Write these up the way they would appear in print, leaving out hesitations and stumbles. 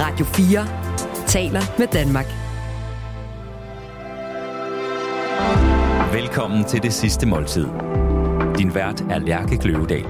Radio 4 taler med Danmark. Velkommen til Det Sidste Måltid. Din vært er Lærke Kløvedal.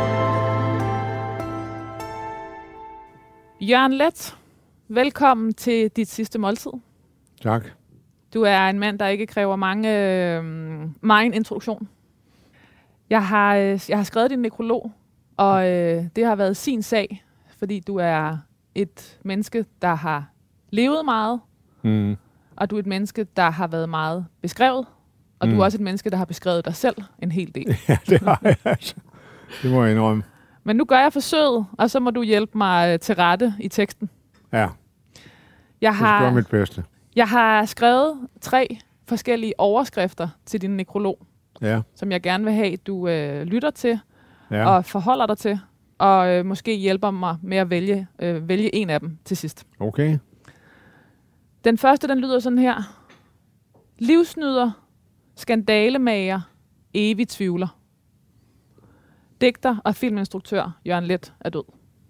Jørgen Leth, velkommen til Dit Sidste Måltid. Tak. Du er en mand, der ikke kræver meget introduktion. Jeg har skrevet din nekrolog, og det har været sin sag, fordi du er et menneske, der har levet meget, og du er et menneske, der har været meget beskrevet, og du er også et menneske, der har beskrevet dig selv en hel del. Ja, det har jeg altså. Det må jeg indrømme. Men nu gør jeg forsøget, og så må du hjælpe mig til rette i teksten. Ja, jeg skal gøre mit bedste. Jeg har skrevet 3 forskellige overskrifter til din nekrolog, som jeg gerne vil have, du lytter til og forholder dig til, og måske hjælper mig med at vælge en af dem til sidst. Okay. Den første, den lyder sådan her. Livsnyder, skandalemager, evig tvivler. Digter og filminstruktør Jørgen Leth er død.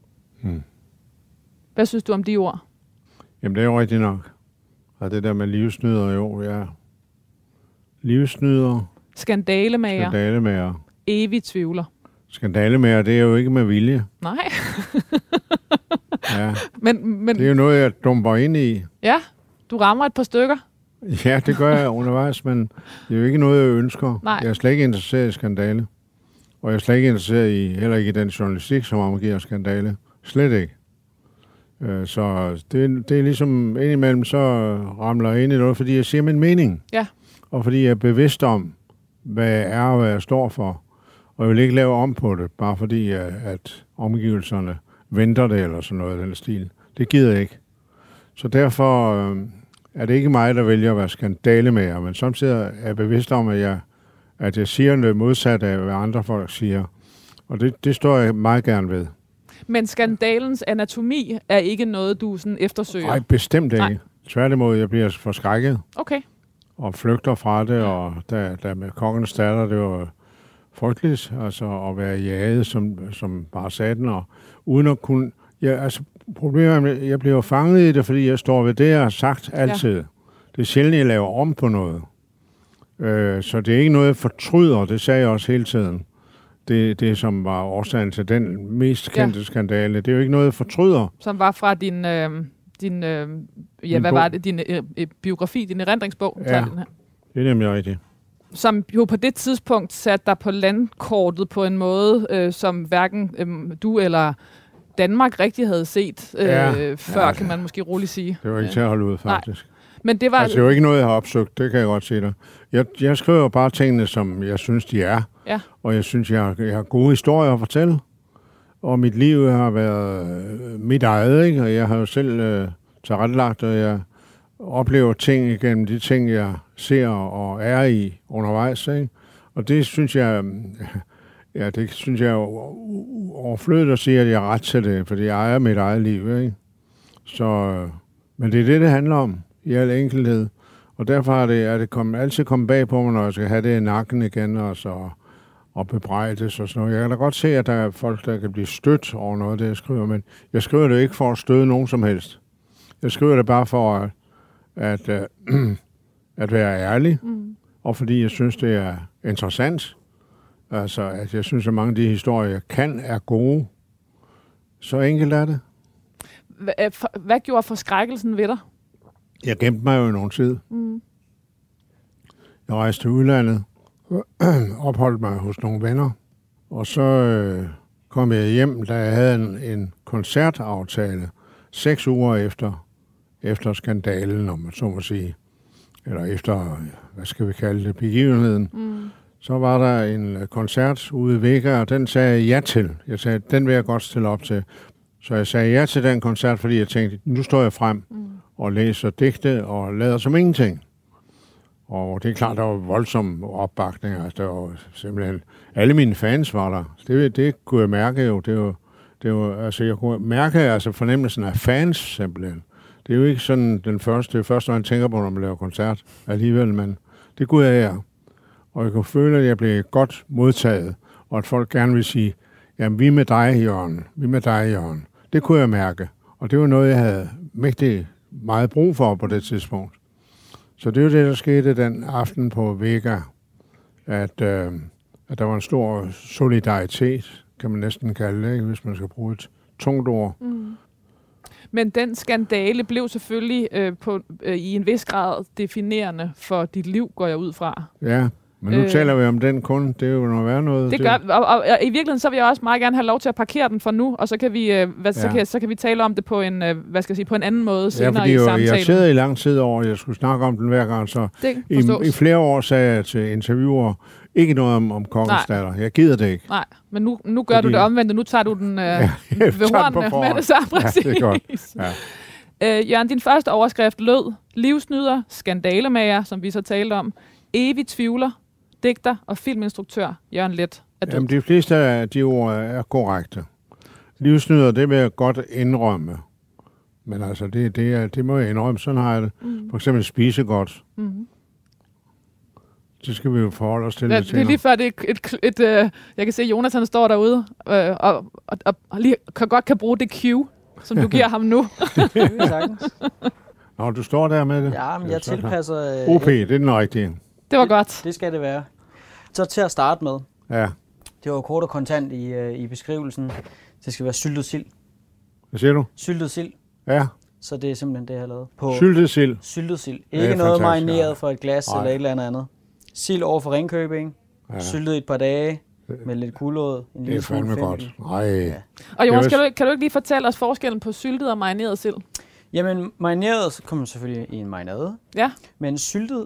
Hvad synes du om de ord? Jamen, det er jo rigtigt nok. Og det der med livsnyder, jo, ja. Livsnyder. Skandalemager. Evig tvivler. Skandalemager, det er jo ikke med vilje. Nej. Ja. Men det er jo noget, jeg dumper ind i. Ja, du rammer et par stykker. Ja, det gør jeg undervejs, men det er jo ikke noget, jeg ønsker. Nej. Jeg er slet ikke interesseret i skandale. Og jeg er slet ikke interesseret i, heller ikke i den journalistik, som omgiver skandale. Slet ikke. Så det er ligesom indimellem, så ramler jeg ind i noget, fordi jeg siger min mening. Ja. Og fordi jeg er bevidst om, hvad jeg er og hvad jeg står for. Og jeg vil ikke lave om på det, bare fordi at omgivelserne venter det eller sådan noget af den stil. Det gider jeg ikke. Så derfor er det ikke mig, der vælger at være skandalemager, men samtidig er jeg bevidst om, at jeg siger noget modsat af, hvad andre folk siger. Og det står jeg meget gerne ved. Men skandalens anatomi er ikke noget, du sådan eftersøger? Nej, bestemt ikke. Tværtimod, jeg bliver forskrækket. Okay. Og flygter fra det, og der med kongens datter, det var frygteligt, altså at være jaget som bare satan, og uden at kunne... Problemet er, jeg bliver fanget i det, fordi jeg står ved det, jeg har sagt altid. Ja. Det er sjældent, jeg laver om på noget. Så det er ikke noget, jeg fortryder, det sagde jeg også hele tiden. Det som var årsagen til den mest kendte skandale, det er jo ikke noget, jeg fortryder. Som var fra din biografi, din erindringsbog. Ja, det er nemlig rigtigt. Som jo på det tidspunkt satte dig på landkortet på en måde, som hverken du eller Danmark rigtig havde set før, kan man måske roligt sige. Det var ikke til at holde ud, faktisk. Nej. Men det var... Altså, det er jo ikke noget, jeg har opsøgt, det kan jeg godt sige dig. Jeg skriver bare tingene, som jeg synes, de er. Ja. Og jeg synes, jeg har gode historier at fortælle. Og mit liv har været mit eget, ikke? Og jeg har jo selv tilrettelagt, og jeg oplever ting igennem de ting, jeg ser og er i undervejs, ikke? Og det synes jeg... Ja, det synes jeg er overflødigt at sige, at jeg har ret til det, fordi jeg ejer mit eget liv, ikke? Så, men det er det handler om, i al enkelhed. Og derfor er det altid kommet bag på mig, når jeg skal have det i nakken igen, og bebrejdes og sådan noget. Jeg kan da godt se, at der er folk, der kan blive stødt over noget af det, jeg skriver, men jeg skriver det ikke for at støde nogen som helst. Jeg skriver det bare for at være ærlig, og fordi jeg synes, det er interessant. Altså, at jeg synes, at mange af de historier, jeg kan, er gode. Så enkelt er det. Hvad gjorde forskrækkelsen ved dig? Jeg gemte mig jo i nogen tid. Jeg rejste til udlandet, opholdt mig hos nogle venner, og så kom jeg hjem, da jeg havde en koncertaftale 6 uger efter skandalen, om man så må sige. Eller efter, hvad skal vi kalde det, begivenheden. Så var der en koncert ude i Vega, og den sagde jeg ja til. Jeg sagde, den vil jeg godt stille op til. Så jeg sagde ja til den koncert, fordi jeg tænkte, nu står jeg frem og læser digte og lader som ingenting. Og det er klart, der var voldsom opbakning. Altså, der var simpelthen... Alle mine fans var der. Det kunne jeg mærke jo. Altså, jeg kunne mærke altså, fornemmelsen af fans, simpelthen. Det er jo ikke sådan det første, man tænker på, når man laver koncert alligevel, men det kunne jeg her. Og jeg kunne føle, at jeg blev godt modtaget, og at folk gerne vil sige, jamen, vi er med dig, Jørgen. Vi er med dig, Jørgen. Det kunne jeg mærke. Og det var noget, jeg havde mægtig meget brug for på det tidspunkt. Så det er jo det, der skete den aften på Vega, at der var en stor solidaritet, kan man næsten kalde det, ikke? Hvis man skal bruge et tungt ord. Mm. Men den skandale blev selvfølgelig i en vis grad definerende for dit liv, går jeg ud fra. Ja, men nu taler vi om den kun. Det er jo noget værd noget. Det gør, og i virkeligheden så vil jeg også meget gerne have lov til at parkere den for nu, og så kan vi, så kan vi tale om det på en, på en anden måde senere i samtalen. Jeg sidder i lang tid over, jeg skulle snakke om den hver gang, så i flere år sagde jeg til interviewer, ikke noget om Kongens Datter. Jeg gider det ikke. Nej, men nu gør du det omvendt, nu tager du den ved hornene med det samme. Præcis. Ja, det er godt. Ja. Jørgen, din første overskrift lød: livsnyder, skandalemager, som vi så talte om, evig tvivler, digter og filminstruktør Jørgen Leth er død. Jamen, de fleste af de ord er korrekte. Livsnyder, det vil jeg godt indrømme. Men altså, det må jeg indrømme. Sådan har jeg det. For eksempel spise godt. Mm. Det skal vi jo forholde os til lidt senere. Det er lige før, det er jeg kan se, Jonas han står derude og lige godt kan bruge det cue, som du giver ham nu. Det er sagtens. Nå, du står der med det. Ja, men jeg tilpasser... OP, det er den rigtige. Det var godt. Det skal det være. Så til at starte med. Ja. Det var kort og kontant i beskrivelsen. Det skal være syltet sild. Hvad siger du? Syltet sild. Ja. Så det er simpelthen det, jeg har lavet. Syltet sild? Syltet sild. Ikke noget marineret for et glas eller et eller andet. Sild over for Ringkøbing. Ja. Syltet i et par dage. Med lidt gulerod. Det er fandme godt. Ja. Og Jonas, kan du ikke lige fortælle os forskellen på syltet og marineret sild? Jamen, marineret, så kommer man selvfølgelig i en marinade. Ja. Men syltet,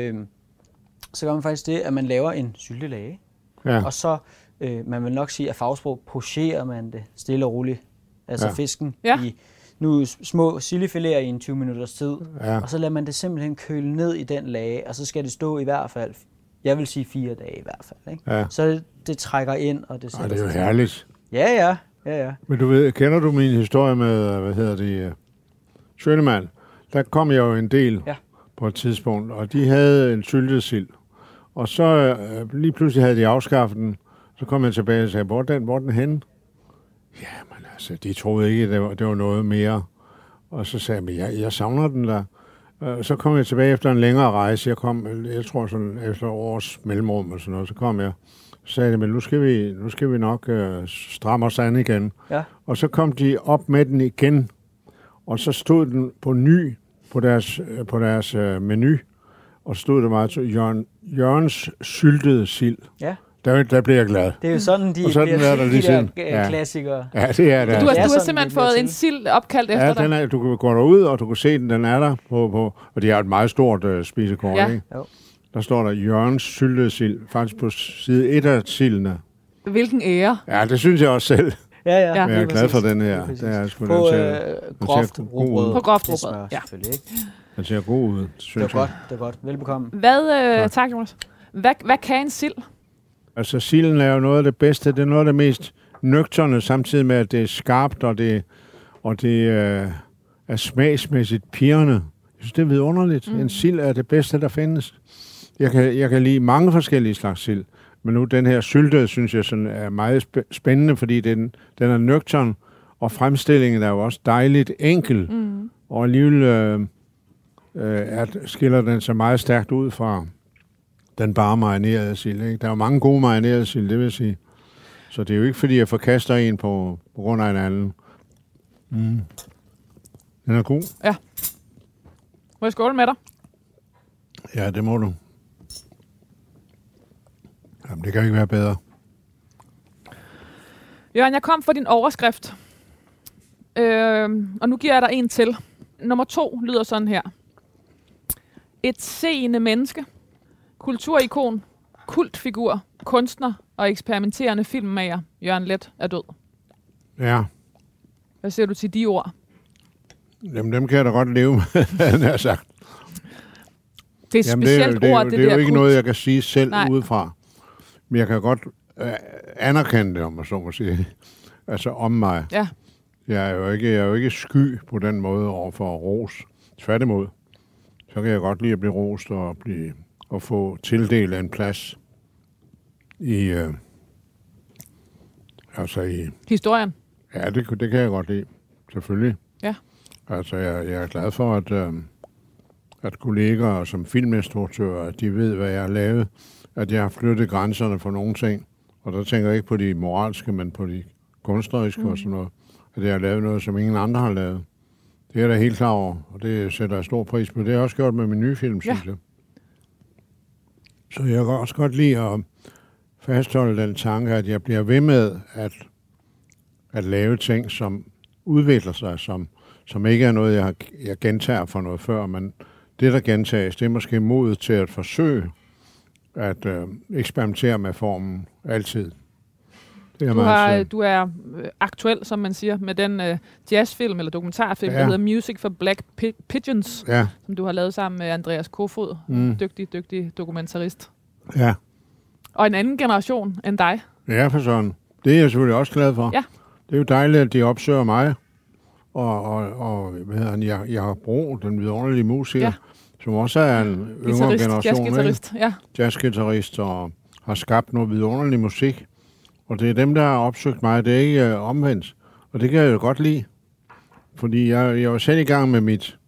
så gør man faktisk det, at man laver en syltelage. Ja. Og så, man vil nok sige, at fagsprog pocherer man det stille og roligt. Altså fisken i nu små sildefiléer i en 20 minutters tid. Ja. Og så lader man det simpelthen køle ned i den lage, og så skal det stå i hvert fald, jeg vil sige 4 dage i hvert fald. Ikke? Ja. Så det trækker ind, og det sætter det er jo herligt. Ja. Men du ved, kender du min historie med, Schønemann? Der kom jeg jo en del på et tidspunkt, og de havde en syltet sild. Og så lige pludselig havde de afskaffet den. Så kom jeg tilbage og sagde, hvor er den henne? Jamen altså, de troede ikke, det var noget mere. Og så sagde jeg, jeg savner den der. Så kom jeg tilbage efter en længere rejse. Jeg tror sådan efter års mellemrum og sådan noget. Så kom jeg og sagde, men nu skal vi nok stramme os an igen. Ja. Og så kom de op med den igen. Og så stod den på ny på deres menu. Og så stod der meget til Jørgens syltede sild. Ja. Der bliver jeg glad. Det er jo sådan, de der klassikere. Ja, det er det. Du har simpelthen fået en sild opkaldt efter dig. Du kan gå derud, og du kan se den er der på og det er et meget stort spisekort, ikke? Jo. Der står der Jørgens syltede sild, faktisk på side 1 af sildene. Hvilken ære. Ja, det synes jeg også selv. Ja. Men jeg er glad for den her. Det er sgu på groft rugbrød. På groft rugbrød, ja. Selvfølgelig ikke. Den ser god ud, synes jeg. Det er godt. Velbekomme. Tak, Jonas. Hvad kan en sild? Altså, silden er jo noget af det bedste. Det er noget af det mest nøgterne, samtidig med, at det er skarpt, og det er smagsmæssigt pirrende. Jeg synes, det er vidunderligt. En sild er det bedste, der findes. Jeg kan lide mange forskellige slags sild, men nu den her syltede, synes jeg, sådan er meget spændende, fordi den er nøgtern, og fremstillingen er jo også dejligt enkel, og alligevel skiller den sig meget stærkt ud fra den bare marinerede sild, ikke? Der er jo mange gode marinerede sild, det vil sige. Så det er jo ikke, fordi jeg forkaster en på grund af en anden. Den er god. Ja. Må jeg skåle med dig? Ja, det må du. Jamen, det kan ikke være bedre. Jørgen, jeg kom for din overskrift. Og nu giver jeg dig en til. Nummer 2 lyder sådan her. Et seende menneske. Kulturikon, kultfigur, kunstner og eksperimenterende filmmager Jørgen Leth er død. Ja. Hvad siger du til de ord? Jamen, dem kan jeg da godt leve med, han har sagt. Det er et specielt ord, det der. Det er jo ikke noget, jeg kan sige selv udefra. Men jeg kan godt anerkende det, om man så må sige. Altså om mig. Ja. Jeg er jo ikke sky på den måde over for ros. Tværtimod. Så kan jeg godt lide at blive rost og få tildelt en plads i historien. Ja, det kan jeg godt lide. Selvfølgelig. Ja. Altså, jeg er glad for, at kolleger som filminstruktører, de ved, hvad jeg har lavet, at jeg har flyttet grænserne for nogle ting. Og der tænker jeg ikke på de moralske, men på de kunstneriske og sådan noget. At jeg har lavet noget, som ingen andre har lavet. Det er jeg da helt klar over, og det sætter jeg stor pris på. Det har jeg også gjort med min nye film, synes jeg. Så jeg kan også godt lide at fastholde den tanke, at jeg bliver ved med at lave ting, som udvikler sig, som ikke er noget, jeg gentager for noget før, men det, der gentages, det er måske modet til at forsøge at eksperimentere med formen altid. Du er aktuel, som man siger, med den jazzfilm eller dokumentarfilm, der hedder Music for Black Pigeons, som du har lavet sammen med Andreas Kofod, dygtig dokumentarist. Ja. Og en anden generation end dig. Ja, for sådan. Det er jeg selvfølgelig også glad for. Ja. Det er jo dejligt, at de opsøger mig. Og hvad hedder han, Jakob Bro, den vidunderlige musiker, som også er en yngre generation. Jazzgitarrist, Jazzgitarrist, og har skabt noget vidunderlig musik. Og det er dem, der har opsøgt mig. Det er ikke omvendt. Og det kan jeg jo godt lide. Fordi jeg var selv i gang med mit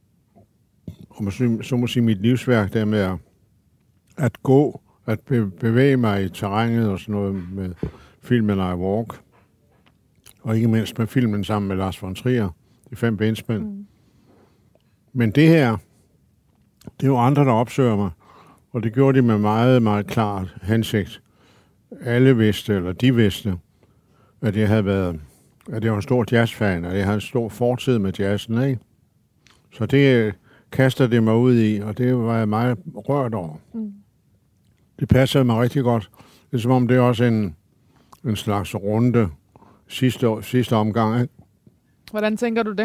mit livsværk, der med at gå, at bevæge mig i terrænet og sådan noget med filmen I Walk. Og ikke mindst med filmen sammen med Lars von Trier, de 5 benspænd. Men det her, det er jo andre, der opsøger mig. Og det gjorde de med meget, meget klart hensigt. Alle vidste, eller de vidste, at jeg var en stor jazzfan, og jeg havde en stor fortid med jazzen, ikke? Så det kaster det mig ud i, og det var jeg meget rørt over. Det passede mig rigtig godt. Det er som om det er også en slags runde sidste omgang, ikke? Hvordan tænker du det?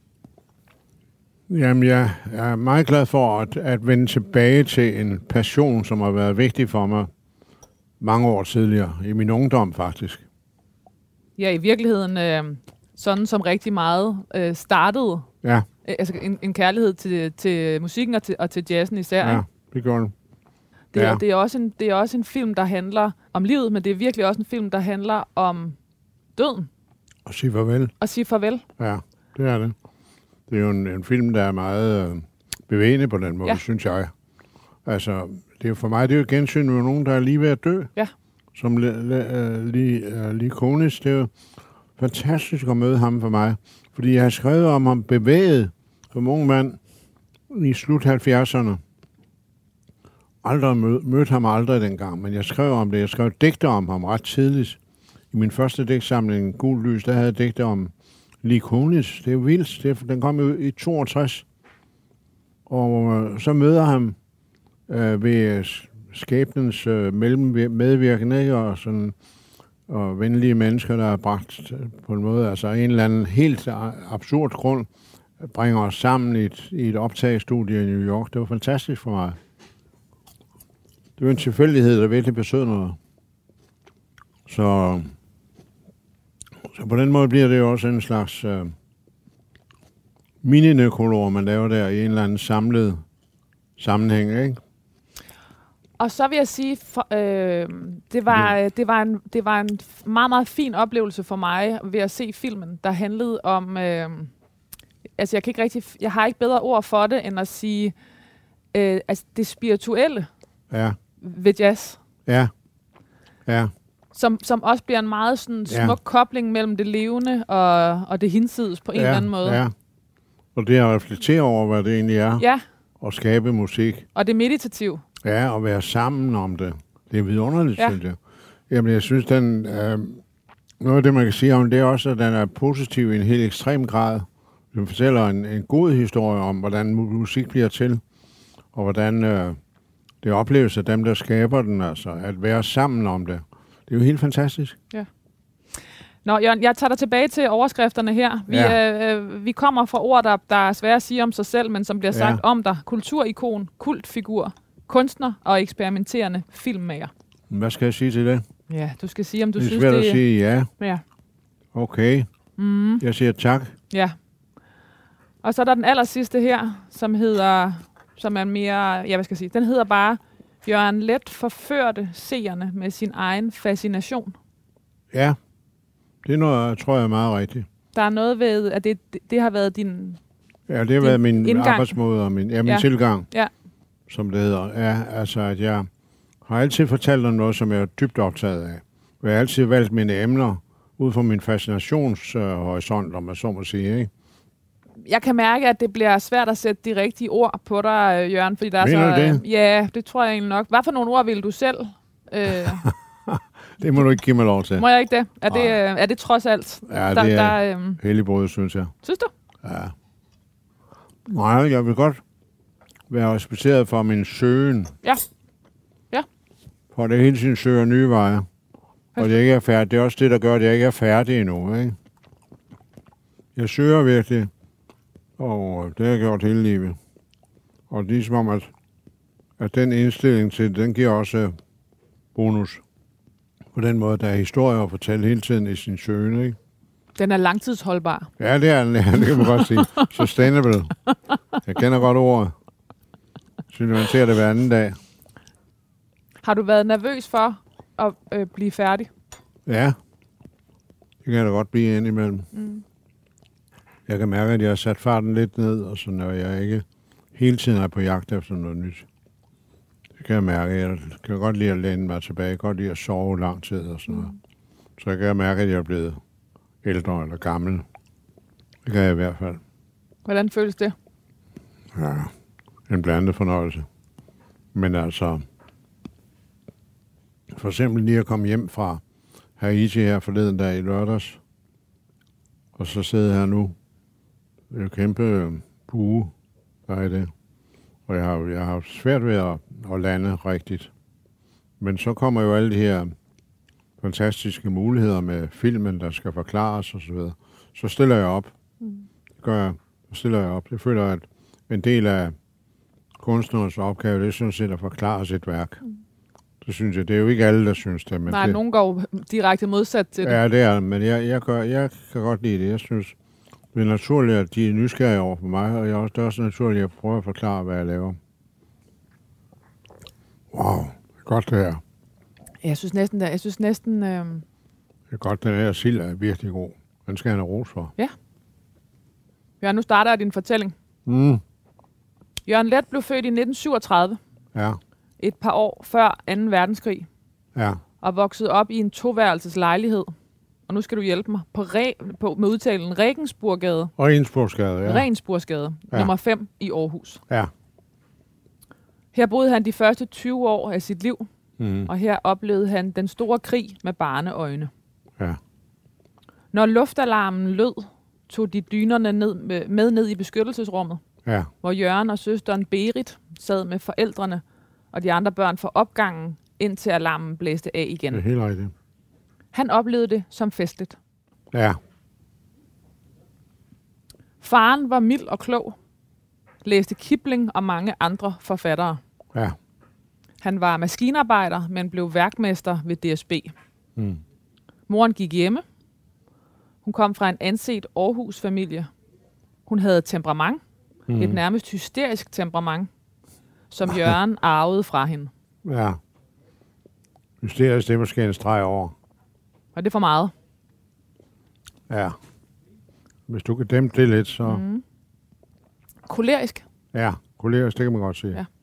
Jamen, jeg er meget glad for at vende tilbage til en passion, som har været vigtig for mig mange år tidligere, i min ungdom faktisk. Ja, i virkeligheden sådan som rigtig meget startede. Ja. Altså en kærlighed til musikken og til jazzen især. Ja, det gjorde den. Det er også en film, der handler om livet, men det er virkelig også en film, der handler om døden. Og sige farvel. Og sige farvel. Ja, det er det. Det er jo en film, der er meget bevægende på den måde, synes jeg. Altså, det er jo for mig, det er jo gensyn med nogen, der er lige ved at dø. Ja. Som lige konisk. Det er jo fantastisk at møde ham for mig. Fordi jeg har skrevet om ham bevæget som ung mand i slut 70'erne. Mødte ham aldrig dengang, men jeg skrev om det. Jeg skrev digter om ham ret tidligt. I min første digtsamling, Gul Lys, der havde jeg digter om Lee Konitz. Det er jo vildt. Den kom ud i 62. Og så møder han ved skæbnens medvirkende og venlige mennesker, der er bragt på en måde, altså en eller anden helt absurd grund, bringer os sammen i et optagestudie i New York. Det var fantastisk for mig. Det var en tilfældighed, der virkelig betød noget. Så på den måde bliver det jo også en slags mini-nekrolog, man laver der i en eller anden samlet sammenhæng, ikke? Og så vil jeg sige, det var en meget, meget fin oplevelse for mig ved at se filmen, der handlede om... altså, jeg har ikke bedre ord for det, end at sige, altså det spirituelle ved jazz. Ja, ja. Som også bliver en meget sådan smuk kobling mellem det levende og det hinsides på en eller anden måde. Ja. Og det at reflektere over, hvad det egentlig er. Ja. Og skabe musik. Og det meditativ. Ja, og være sammen om det. Det er vidunderligt, synes jeg. Jamen, jeg synes, noget af det, man kan sige om det, er også, at den er positiv i en helt ekstrem grad. Den fortæller en god historie om, hvordan musik bliver til, og hvordan det opleves af dem, der skaber den, altså at være sammen om det. Det er jo helt fantastisk. Ja. Nå, Jørgen, jeg tager dig tilbage til overskrifterne her. Vi kommer fra ord, der er svære at sige om sig selv, men som bliver sagt om dig. Kulturikon, kultfigur, kunstner og eksperimenterende filmmager. Hvad skal jeg sige til det? Ja, du skal sige, om du synes, det er svært at sige ja. Ja. Okay. Jeg siger tak. Ja. Og så er der den aller sidste her, som er mere, den hedder bare, Jørgen Leth forførte seerne med sin egen fascination. Ja, det er noget, tror jeg er meget rigtigt. Der er noget ved, at det har været din Ja, det har været min indgang. Arbejdsmåde og min tilgang, ja. Som det hedder. Ja, altså, at jeg har altid fortalt om noget, som jeg er dybt optaget af. Jeg har altid valgt mine emner ud fra min fascinationshorisont, om man så må sige, ikke? Jeg kan mærke, at det bliver svært at sætte de rigtige ord på dig, Jørgen, fordi der er Mener så... du det? Ja, det tror jeg egentlig nok. Hvad for nogle ord vil du selv? Det må du ikke give mig lov til. Må jeg ikke det? Er det trods alt? Ja, det er helligbrød, synes jeg. Synes du? Ja. Nej, jeg vil godt være respekteret for min søgen. Ja. Ja. For det hele tiden søger nye veje. Og det ikke er færdigt. Det er også det, der gør, at jeg ikke er færdig endnu, ikke? Jeg søger virkelig, og det har jeg gjort hele livet. Og det er som om, at den indstilling til den giver også bonus. På den måde, der er historier at fortælle hele tiden i sin søgen, ikke? Den er langtidsholdbar. Ja, det er den. Ja, det kan man godt sige. Sustainable. Jeg kender godt ordet. Synes man ser det hver anden dag. Har du været nervøs for at blive færdig? Ja. Det kan jeg da godt blive indimellem. Jeg kan mærke, at jeg har sat farten lidt ned, og så når jeg ikke hele tiden er på jagt efter noget nyt. Det kan jeg mærke. Jeg kan godt lide at læne mig tilbage. Jeg kan godt lide at sove lang tid og sådan noget. Så jeg kan mærke, at jeg er blevet ældre eller gammel. Det kan jeg i hvert fald. Hvordan føles det? Ja, en blandet fornøjelse. Men altså, for eksempel lige at komme hjem fra Haiti her forleden dag i lørdags, og så sidder jeg nu i en kæmpe bue, der er det. Og jeg har haft svært ved at lande rigtigt. Men så kommer jo alle de her fantastiske muligheder med filmen, der skal forklares osv. Så stiller jeg op. Så stiller jeg op. Jeg føler, at en del af kunstnerens opgave, det er sådan set at forklare sit værk. Det synes jeg. Det er jo ikke alle, der synes det. Men nej, nogen går direkte modsat til det. Ja, det er men jeg kan godt lide det. Jeg synes, det er naturligt, at de er nysgerrige over for mig, og det er også naturligt, at jeg prøver at forklare, hvad jeg laver. Wow, det er godt det her. Jeg synes næsten... Det er godt, den her sild er virkelig god. Den skal han have ros for. Ja. Jørgen, nu starter jeg din fortælling. Jørgen Leth blev født i 1937. Ja. Et par år før 2. verdenskrig. Ja. Og voksede op i en 2-værelses lejlighed. Og nu skal du hjælpe mig. Med udtalen Regensburggade. Regensburgsgade, ja. Regensburgsgade, nummer 5 i Aarhus. Ja. Her boede han de første 20 år af sit liv. Og her oplevede han den store krig med barneøjne. Ja. Når luftalarmen lød, tog de dynerne med ned i beskyttelsesrummet. Ja. Hvor Jørgen og søsteren Berit sad med forældrene og de andre børn for opgangen, indtil alarmen blæste af igen. Det er helt rigtigt. Han oplevede det som festligt. Ja. Faren var mild og klog, læste Kipling og mange andre forfattere. Ja. Han var maskinarbejder, men blev værkmester ved DSB. Moren gik hjemme. Hun kom fra en anset Aarhus-familie. Hun havde temperament, et nærmest hysterisk temperament, som Jørgen arvede fra hende. Ja. Hysterisk, det er måske en streg over. Og det er for meget. Ja. Hvis du kan dæmpe det lidt, så... Kolerisk. Ja, kolerisk, det kan man godt sige. Ja.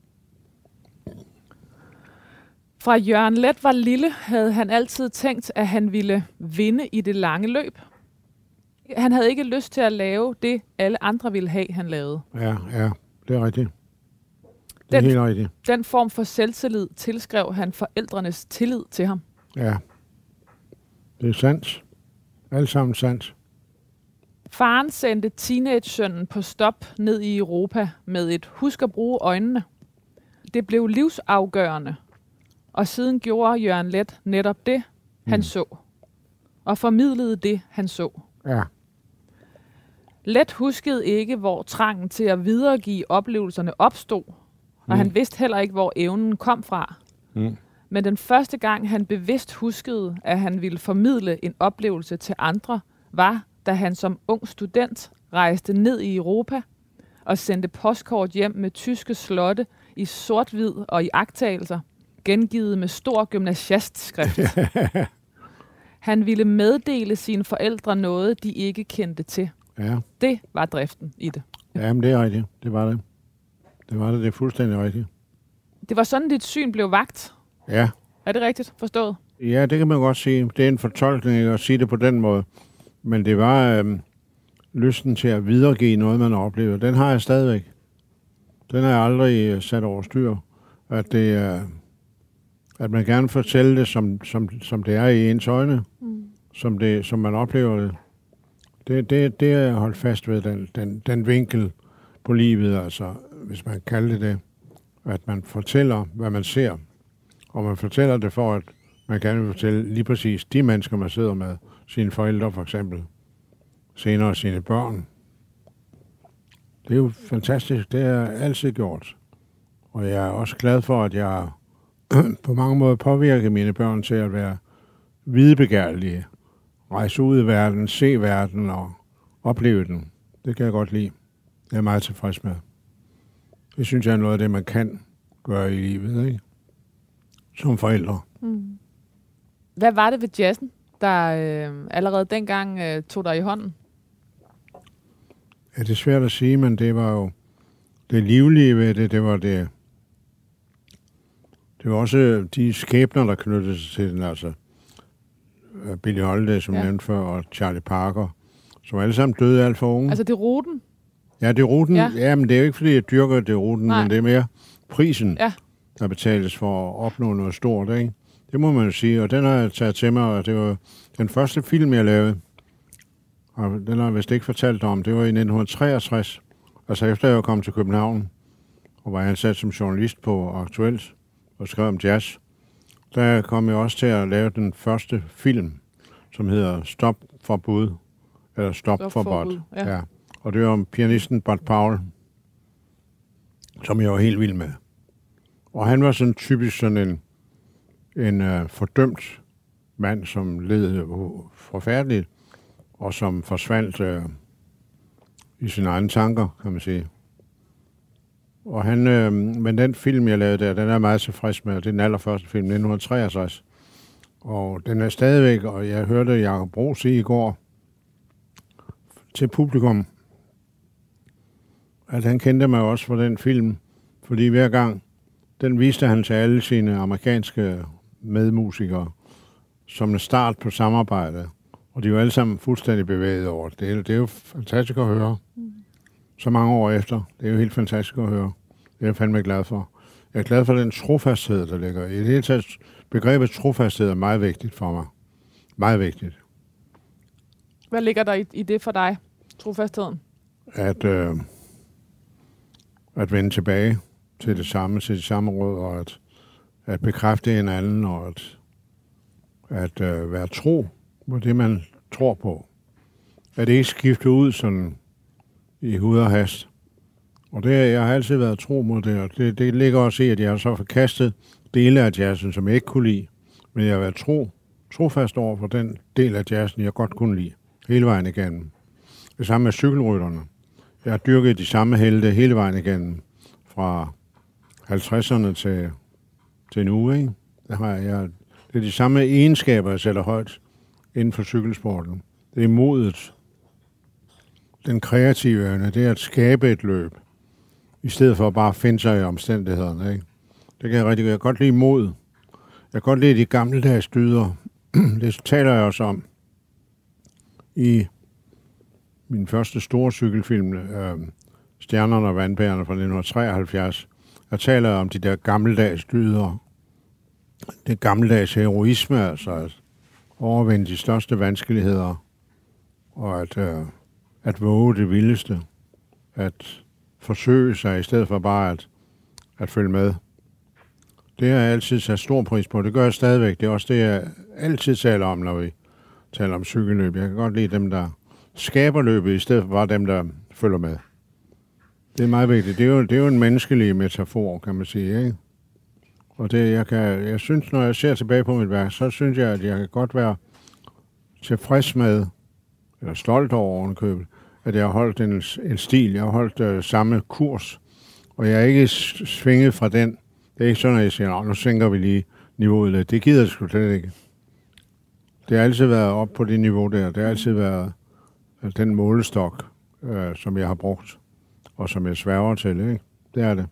Fra Jørgen Leth var lille, havde han altid tænkt, at han ville vinde i det lange løb. Han havde ikke lyst til at lave det, alle andre ville have, han lavede. Ja, det er rigtigt. Det er helt rigtigt. Den form for selvtillid tilskrev han forældrenes tillid til ham. Ja, det er sandt. Alt sammen sandt. Faren sendte teenage-sønnen på stop ned i Europa med et husk at bruge øjnene. Det blev livsafgørende, og siden gjorde Jørgen Leth netop det, han så, og formidlede det, han så. Ja. Leth huskede ikke, hvor trangen til at videregive oplevelserne opstod, og han vidste heller ikke, hvor evnen kom fra. Men den første gang, han bevidst huskede, at han ville formidle en oplevelse til andre, var, da han som ung student rejste ned i Europa og sendte postkort hjem med tyske slotte i sort-hvid og i iagttagelser, gengivet med stor gymnasiastskrift. Han ville meddele sine forældre noget, de ikke kendte til. Ja. Det var driften i det. Jamen, det er rigtigt. Det var det. Det er fuldstændig rigtigt. Det var sådan, dit syn blev vagt? Ja. Er det rigtigt forstået? Ja, det kan man godt sige. Det er en fortolkning at sige det på den måde. Men det var lysten til at videregive noget, man oplever. Den har jeg stadigvæk. Den har jeg aldrig sat over styr. At at man gerne fortæller det, som det er i ens øjne. Som man oplever det. Det er jeg holdt fast ved, den vinkel på livet, altså, hvis man kalder det. At man fortæller, hvad man ser. Og man fortæller det for, at man gerne vil fortælle lige præcis de mennesker, man sidder med. Sine forældre for eksempel. Senere sine børn. Det er jo fantastisk. Det har jeg altid gjort. Og jeg er også glad for, at jeg på mange måder påvirker mine børn til at være videbegærlige. Rejse ud i verden, se verden og opleve den. Det kan jeg godt lide. Det er jeg meget tilfreds med. Det synes jeg er noget af det, man kan gøre i livet, ikke? Som forældre. Hvad var det ved jazzen, der allerede dengang tog dig i hånden? Ja, det er svært at sige, men det var jo det livlige ved det. Det var også de skæbner, der knyttede sig til den, altså Billie Holiday, som nævnte før, og Charlie Parker, som alle sammen døde alt for unge. Altså det er ruten? Ja, det er ruten. Ja, men det er jo ikke, fordi jeg dyrker det ruten, men det er mere prisen, der betales for at opnå noget stort, ikke? Det må man jo sige, og den har jeg taget til mig, og det var den første film, jeg lavede. Og den har jeg vist ikke fortalt om. Det var i 1963, altså efter jeg kom til København, og var ansat som journalist på Aktuelt, og skrev om jazz. Der kom jeg også til at lave den første film, som hedder Stop for Bud, eller Stop for Bud. Ja. Og det var om pianisten Bud Powell, som jeg var helt vild med. Og han var sådan typisk sådan en fordømt mand, som led forfærdeligt, og som forsvandt i sine egne tanker, kan man sige. Og men den film, jeg lavede der, den er jeg meget tilfreds med. Det er den allerførste film, 1963. Og den er stadigvæk, og jeg hørte Jacob Bro sige i går til publikum, at han kendte mig også for den film, fordi hver gang, den viste han til alle sine amerikanske medmusikere, som en start på samarbejdet. Og de er jo alle sammen fuldstændig bevæget over det. Det er jo fantastisk at høre. Så mange år efter. Det er jo helt fantastisk at høre. Det er jeg fandme glad for. Jeg er glad for den trofasthed, der ligger. I det hele taget, begrebet trofasthed er meget vigtigt for mig. Meget vigtigt. Hvad ligger der i det for dig, trofastheden? At vende tilbage til det samme, til de samme råd, og at bekræfte hinanden, og at være tro på det, man tror på. At det ikke skifte ud sådan i hud og hast. Og jeg har altid været tro mod det, og det ligger også i, at jeg har så forkastet dele af jazzen, som jeg ikke kunne lide. Men jeg har været trofast over for den del af jazzen, jeg godt kunne lide. Hele vejen igennem. Det samme med cykelrytterne. Jeg har dyrket de samme helte hele vejen igennem. Fra 50'erne til nu, ikke? Det er de samme egenskaber, jeg sætter højt inden for cykelsporten. Det er modet. Den kreative evne, det er at skabe et løb, i stedet for at bare finde sig i omstændighederne, ikke? Det kan jeg rigtig godt lide mod. Jeg kan godt lide de gammeldags dyder. Det taler jeg også om i min første store cykelfilm, Stjernerne og vandbærerne fra 1973. Jeg taler om de der gammeldags dyder. Det gammeldags heroisme, altså at overvinde de største vanskeligheder, og at våge det vildeste. At forsøge sig, i stedet for bare at følge med. Det har jeg altid sat stor pris på. Det gør jeg stadigvæk. Det er også det, jeg altid taler om, når vi taler om cykelløb. Jeg kan godt lide dem, der skaber løbet, i stedet for bare dem, der følger med. Det er meget vigtigt. Det er jo en menneskelig metafor, kan man sige, ikke? Og jeg synes, når jeg ser tilbage på mit værk, så synes jeg, at jeg kan godt være tilfreds med, eller stolt over ovenkøbet, at jeg har holdt en stil. Jeg har holdt samme kurs, og jeg er ikke svinget fra den. Det er ikke sådan, at jeg siger, nu sænker vi lige niveauet lidt. Det gider jeg sgu slet ikke. Det har altid været op på det niveau der. Det har altid været den målestok, som jeg har brugt, og som jeg sværger til, ikke? Det er det.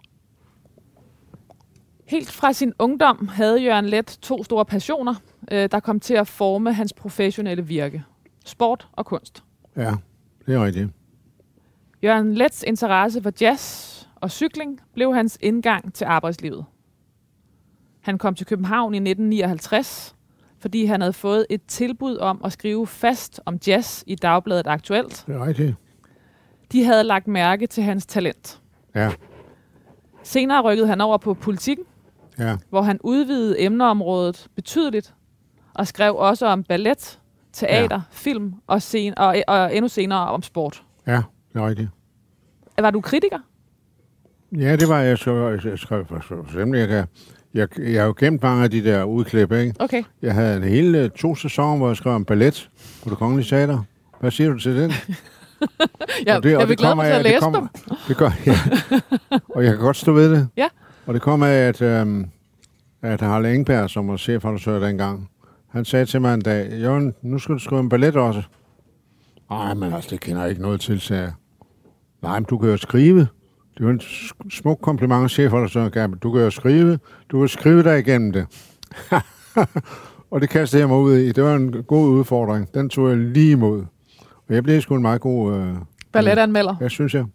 Helt fra sin ungdom havde Jørgen Leth 2 store passioner, der kom til at forme hans professionelle virke. Sport og kunst. Ja, det er rigtigt. Jørgen Leths interesse for jazz og cykling blev hans indgang til arbejdslivet. Han kom til København i 1959, fordi han havde fået et tilbud om at skrive fast om jazz i Dagbladet Aktuelt. Det er rigtigt. De havde lagt mærke til hans talent. Ja. Senere rykkede han over på Politikken, hvor han udvidede emneområdet betydeligt og skrev også om ballet, teater, film og endnu senere om sport. Ja, det er rigtigt. Var du kritiker? Ja, det var jeg. Jeg skrev for eksempel, jeg har jo gemt mange af de der udklip, ikke? Okay. Jeg havde en hele 2 sæsoner, hvor jeg skrev om ballet på Det Kongelige Teater. Hvad siger du til den? Jeg vil glæde mig til at læse dem. Det gør, ja. Og jeg kan godt stå ved det. Ja. Og det kom af, at Harald Engberg, som var chefredaktør dengang, han sagde til mig en dag, Jørgen, nu skal du skrive en ballet også. Nej, men altså, det kender jeg ikke noget til, sagde jeg. Nej, men du kan jo skrive. Det er jo en smuk kompliment, chefredaktøren gav mig. Du kan jo skrive. Du kan skrive dig igennem det. Og det kastede jeg mig ud i. Det var en god udfordring. Den tog jeg lige imod. Og jeg blev sgu en meget god... balletanmelder. Jeg synes jeg.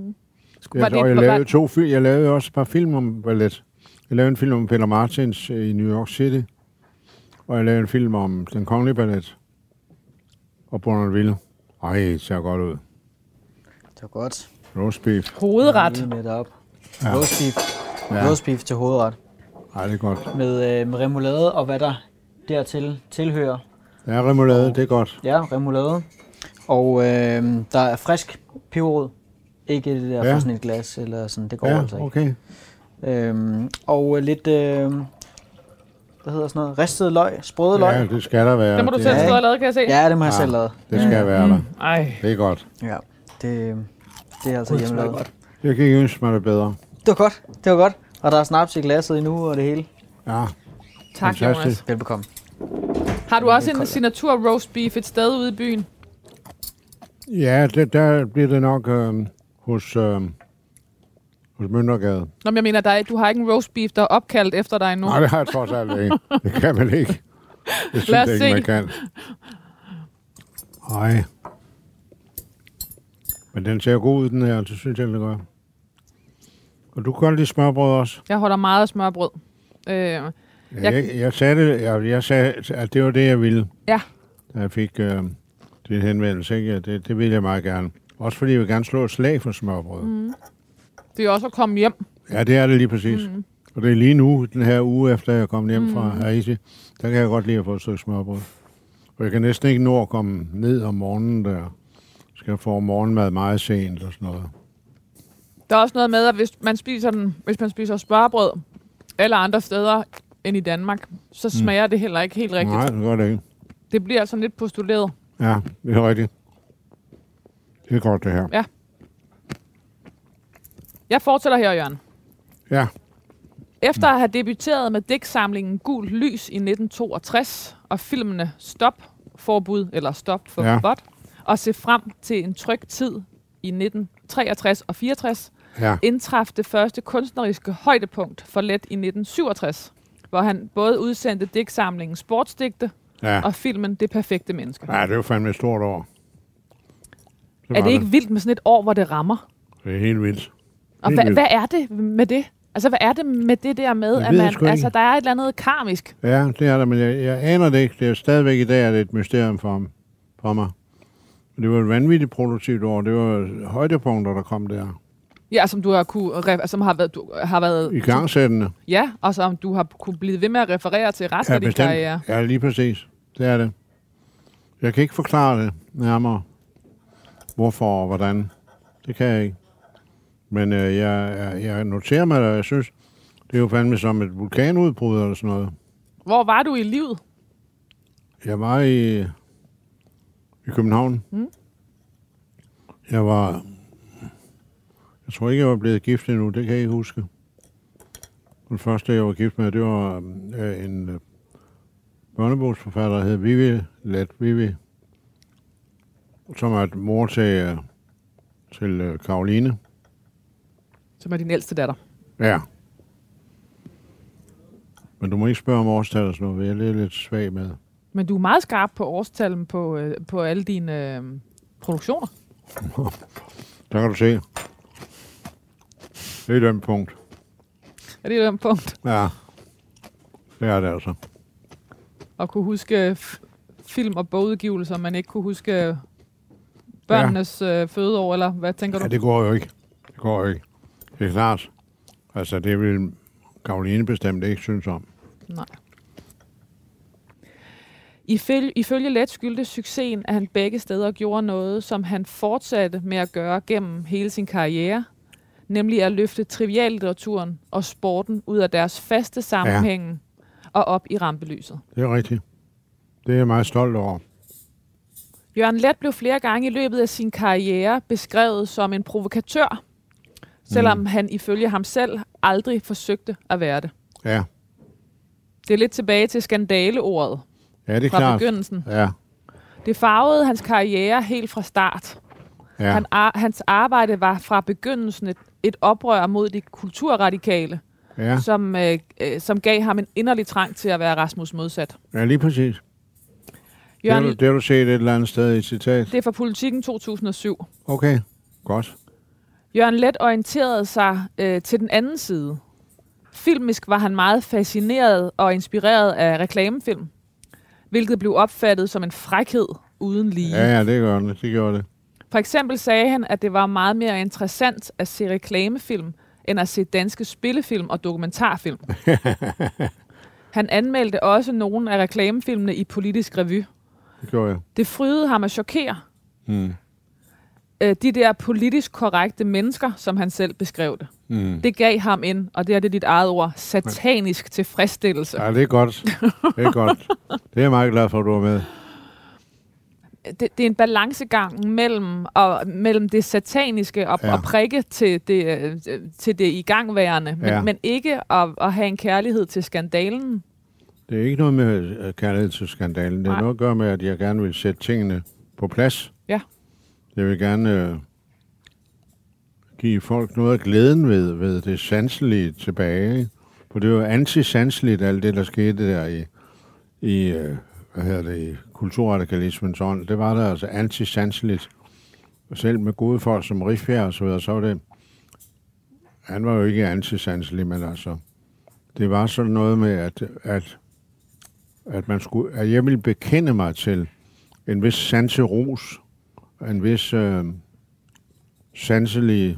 Jeg lavede også et par film om ballet. Jeg lavede en film om Peter Martins i New York City. Og jeg lavede en film om Den Kongelige Ballet. Og Bournonville. Ej, det ser godt ud. Det var godt. Roast beef. Hovedret. Ja. Roast beef til hovedret. Ej, det er godt. Med remoulade og hvad der dertil tilhører. Ja, remoulade, det er godt. Ja, remoulade. Og der er frisk peberrod. Ikke det der fra sådan et glas eller sådan. Det går altså ikke. Okay. Og lidt... hvad hedder sådan noget? Ristet løg? Sprøde løg? Ja, det skal der være. Det må du selv stå og lave, kan jeg se. Ja, det må jeg selv lave. Det skal være der. Ej. Det er godt. Ja, det er altså hjemmelavet. Jeg kan ikke ønske mig det bedre. Det var godt. Og der er snaps i glasset endnu og det hele. Ja. Tak, Jonas. Velbekomme. Har du også en signatur roast beef et sted ude i byen? Ja, der bliver det nok hos Møntergade. Nå, men jeg mener, du har ikke en roast beef, der er opkaldt efter dig nu. Nej, det har jeg trods alt ikke. Det kan man ikke. Det synes jeg ikke, man kan. Nej. Men den ser god ud, den her. Det synes jeg, det gør. Og du kan godt lide smørbrød også. Jeg holder meget af smørbrød. Jeg sagde, at det var det, jeg ville. Ja. Da jeg fik din henvendelse. Ikke? Det vil jeg meget gerne. Også fordi jeg vil gerne slå et slag for smørbrød. Mm. Det er også at komme hjem. Ja, det er det lige præcis. Mm. Og det er lige nu, den her uge efter jeg er kommet hjem fra Haiti, der kan jeg godt lide at få et stykke smørbrød. Og jeg kan næsten ikke nå at komme ned om morgenen der. Skal få morgenmad meget sent og sådan noget. Der er også noget med, at hvis man spiser smørbrød eller andre steder end i Danmark, så smager det heller ikke helt rigtigt. Nej, det gør det ikke. Det bliver sådan lidt postuleret. Ja, det er rigtigt. Det er godt, det her. Ja. Jeg fortsætter her, Jørgen. Ja. Efter at have debuteret med digtsamlingen Gult Lys i 1962 og filmene Stop, Forbud eller Stop for Forbud, og se frem til en tryg tid i 1963 og 64, indtraf det første kunstneriske højdepunkt for Leth i 1967, hvor han både udsendte digtsamlingen Sportsdigte og filmen Det Perfekte Menneske. Ja, det er jo fandme et stort år. Er det ikke vildt med sådan et år, hvor det rammer? Det er helt vildt. Og hvad er det med det? Altså, hvad er det med det der med, at man, der er et eller andet karmisk? Ja, det er der, men jeg aner det ikke. Det er stadigvæk i dag, at det er et mysterium for mig. Det var et vanvittigt produktivt år. Det var højdepunkter, der kom der. Ja, som du har været i gangsættende. Ja, og som du har kunne blive ved med at referere til resten af din karriere. Ja, lige præcis. Det er det. Jeg kan ikke forklare det nærmere. Hvorfor og hvordan. Det kan jeg ikke. Men jeg noterer mig, at jeg synes, det er jo fandme som et vulkanudbrud eller sådan noget. Hvor var du i livet? Jeg var i København. Jeg tror ikke, jeg var blevet gift endnu. Det kan jeg ikke huske. Den første, jeg var gift med, det var en børnebogsforfatter, hed Vivi Let Vivi, som er mor til Karoline. Som er din ældste datter. Ja. Men du må ikke spørge om årstal og sådan noget, jeg er lidt svag med. Men du er meget skarp på årstallen på alle dine produktioner. Der kan du se. Det er den punkt. Er det den punkt? Ja, det er det altså. Og kunne huske film- og bogudgivelser, men ikke kunne huske børnenes fødeår, eller hvad tænker du? Ja, det går jo ikke. Det er klart. Altså, det vil Karoline bestemt ikke synes om. Nej. Ifølge Let skyldtes succesen, at han begge steder gjorde noget, som han fortsatte med at gøre gennem hele sin karriere, nemlig at løfte triviallitteraturen og sporten ud af deres faste sammenhænge og op i rampelyset. Det er rigtigt. Det er jeg meget stolt over. Jørgen Leth blev flere gange i løbet af sin karriere beskrevet som en provokatør, selvom han ifølge ham selv aldrig forsøgte at være det. Ja. Det er lidt tilbage til skandaleordet fra begyndelsen. Ja. Det farvede hans karriere helt fra start. Ja. Hans arbejde var fra begyndelsen et oprør mod de kulturradikale, som gav ham en inderlig trang til at være Rasmus modsat. Ja, lige præcis. Det har du set et eller andet sted i et citat? Det er fra Politikken 2007. Okay, godt. Jørgen Leth orienterede sig til den anden side. Filmisk var han meget fascineret og inspireret af reklamefilm, hvilket blev opfattet som en frækhed uden lige. Ja, det gjorde det. For eksempel sagde han, at det var meget mere interessant at se reklamefilm, end at se danske spillefilm og dokumentarfilm. Han anmeldte også nogle af reklamefilmene i Politisk Revy. Det gjorde jeg. Det frydede ham at chokere. De der politisk korrekte mennesker, som han selv beskrev det. Det gav ham og det er dit eget ord, satanisk tilfredsstillelse. Ja, det er godt. Det er godt. Det er jeg meget glad for, at du er med. Det er en balancegang mellem det sataniske og prikke til det igangværende, men ikke at have en kærlighed til skandalen. Det er ikke noget med kærlighed til skandalen. Det er noget at gøre med, at jeg gerne vil sætte tingene på plads. Ja. Jeg vil gerne give folk noget af glæden ved det sanselige tilbage. Ikke? For det er jo antisanseligt, alt det, der skete der i kulturradikalismens ånd. Det var der altså antisanseligt. Selv med gode folk som Rifbjerg og så videre, så var det... Han var jo ikke antisanselig, men altså... Det var sådan noget med, at jeg ville bekende mig til en vis sanseros, en vis sanselig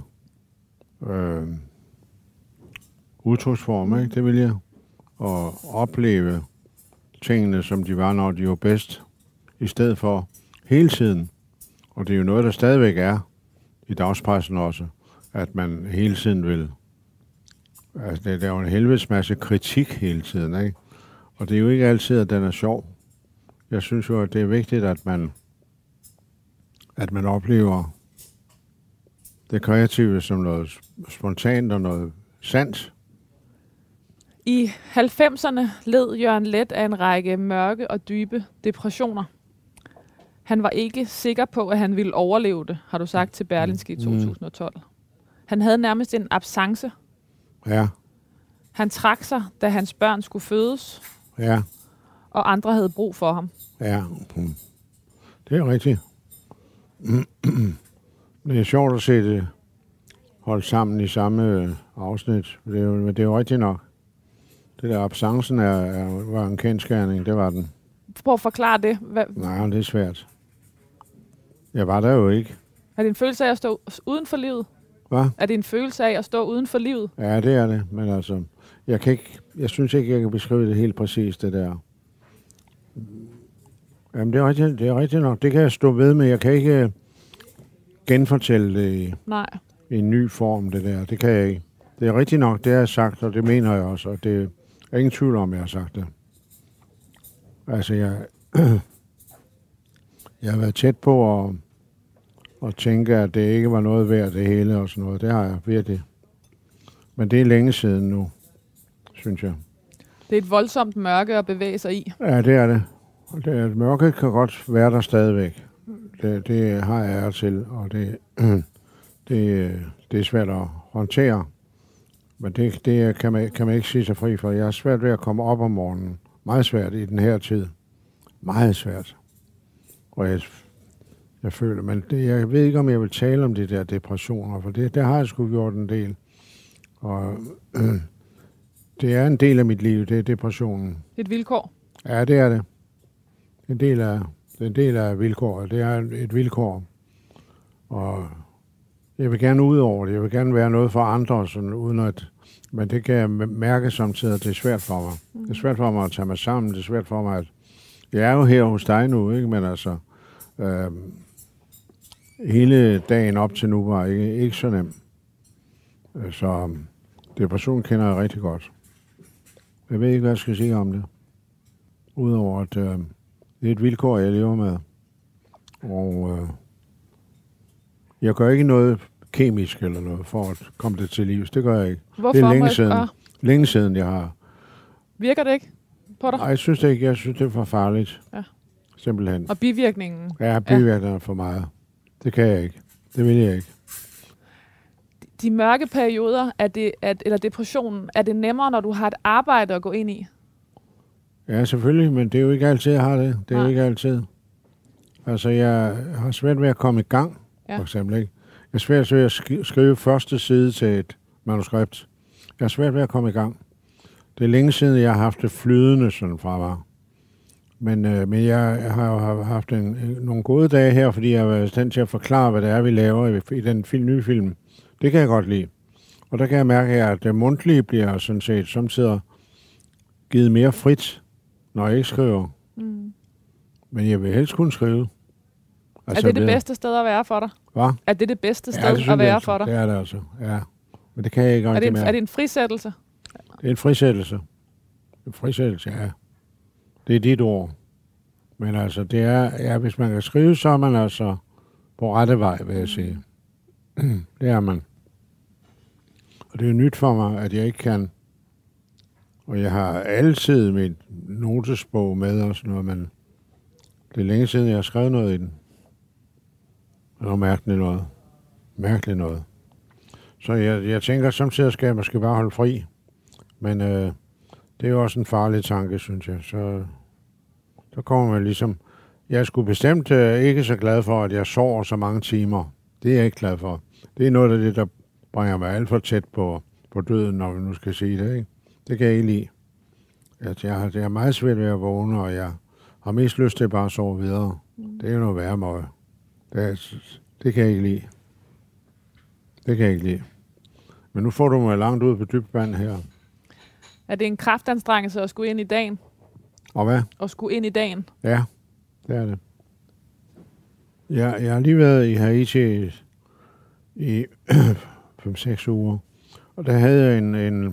udtryksform, ikke? Det vil jeg. Og opleve tingene, som de var, når de var bedst, i stedet for hele tiden. Og det er jo noget, der stadigvæk er i dagspressen også, at man hele tiden vil... Altså, der er jo en helvedes masse kritik hele tiden, ikke? Og det er jo ikke altid, at den er sjov. Jeg synes jo, at det er vigtigt, at man oplever det kreative som noget spontant og noget sandt. I 90'erne led Jørgen Leth af en række mørke og dybe depressioner. Han var ikke sikker på, at han ville overleve det, har du sagt til Berlingske i 2012. Han havde nærmest en absence. Ja. Han trak sig, da hans børn skulle fødes. Ja. Og andre havde brug for ham. Ja. Det er rigtigt. Det er sjovt at se det holdt sammen i samme afsnit. Det er jo rigtigt nok. Det der absencen var en kendsgerning, det var den. Prøv at forklare det. Nej, det er svært. Jeg var der jo ikke. Er det en følelse af at stå uden for livet? Hvad? Er det en følelse af at stå uden for livet? Ja, det er det. Men altså, jeg synes ikke, jeg kan beskrive det helt præcist, det der. Jamen, det er rigtigt nok. Det kan jeg stå ved med. Jeg kan ikke genfortælle det i en ny form, det der. Det kan jeg ikke. Det er rigtigt nok, det har jeg sagt, og det mener jeg også. Og det er ingen tvivl om, jeg har sagt det. Altså, jeg har været tæt på at tænke, at det ikke var noget værd, det hele og sådan noget. Det har jeg virkelig. Men det er længe siden nu, synes jeg. Det er et voldsomt mørke at bevæge sig i. Ja, det er det. Mørket kan godt være der stadigvæk. Det har jeg til, og det er svært at håndtere. Men det kan man ikke sige sig fri for. Jeg er svært ved at komme op om morgenen. Meget svært i den her tid. Meget svært. Og jeg føler, men jeg ved ikke, om jeg vil tale om de der depressioner, for det har jeg sgu gjort en del. Og det er en del af mit liv, det er depressionen. Et vilkår? Ja, det er det. En del af vilkåret. Det er et vilkår. Og jeg vil gerne ud over det. Jeg vil gerne være noget for andre, sådan, uden at... Men det kan jeg mærke samtidig, at det er svært for mig. Det er svært for mig at tage mig sammen. Det er svært for mig at... Jeg er jo her hos dig nu, ikke? Men altså... hele dagen op til nu var ikke så nem. Så depression kender jeg rigtig godt. Jeg ved ikke, hvad jeg skal sige om det. Udover at det er et vilkår, jeg lever med. Og jeg gør ikke noget kemisk eller noget for at komme det til livs. Det gør jeg ikke. Hvorfor? Det er længe siden, jeg har. Virker det ikke på dig? Nej, jeg synes det ikke. Jeg synes, det er for farligt. Ja. Simpelthen. Og bivirkningen? Ja, bivirkningen er for meget. Det kan jeg ikke. Det vil jeg ikke. De mørke perioder, eller depressionen, er det nemmere, når du har et arbejde at gå ind i? Ja, selvfølgelig, men det er jo ikke altid, jeg har det. Det er jo ikke altid. Altså, jeg har svært ved at komme i gang, for eksempel, ikke? Jeg er svært ved at skrive første side til et manuskript. Jeg er svært ved at komme i gang. Det er længe siden, jeg har haft det flydende sådan fra mig. Men jeg har jo haft nogle gode dage her, fordi jeg har været i stand til at forklare, hvad det er, vi laver i den nye film. Det kan jeg godt lide. Og der kan jeg mærke, at det mundtlige bliver sådan set samtidig givet mere frit, når jeg ikke skriver. Mm. Men jeg vil helst kunne skrive. Altså, er det bedste sted at være for dig? Hvad? Er det det bedste sted at være for dig? Det er det altså, ja. Men det kan jeg ikke rigtig mere. Er det en frisættelse? Det er en frisættelse. En frisættelse, ja. Det er dit ord. Men altså, det er, hvis man kan skrive, så er man altså på rette vej, vil jeg sige. Det er man. Og det er nyt for mig, at jeg ikke kan. Og jeg har altid mit notesbog med og sådan noget, men det er længe siden, jeg har skrevet noget i den. Det er mærkeligt noget. Så jeg tænker, samtidig skal jeg måske bare holde fri. Men det er jo også en farlig tanke, synes jeg. Så kommer man ligesom... Jeg er sgu bestemt ikke så glad for, at jeg sover så mange timer. Det er jeg ikke glad for. Det er noget af det, der bringer mig alt for tæt på døden, når vi nu skal sige det, ikke? Det kan jeg ikke lide. Det er meget svært ved at vågne, og jeg har mest lyst til bare at sove videre. Det er jo noget værre måde. Det kan jeg ikke lide. Det kan jeg ikke lide. Men nu får du mig langt ud på dybt vand her. Er det en kraftanstrengelse at skulle ind i dagen? Og hvad? At skulle ind i dagen? Ja, det er det. Jeg har lige været i Haiti i 5-6 uger. Og der havde jeg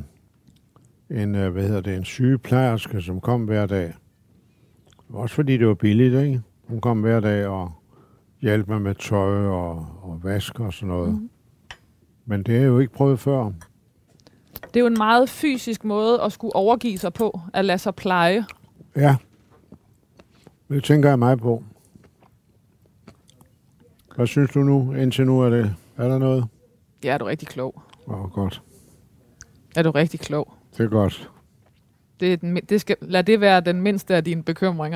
en sygeplejerske, som kom hver dag. Også fordi det var billigt, ikke? Hun kom hver dag og hjalp mig med tøj og vask og sådan noget. Mm. Men det har jeg jo ikke prøvet før. Det er jo en meget fysisk måde at skulle overgive sig på, at lade sig pleje. Ja, det tænker jeg meget på. Hvad synes du nu? Indtil nu er der noget? Ja, er du rigtig klog. Godt. Er du rigtig klog? Det er godt. Lad det være den mindste af dine bekymringer.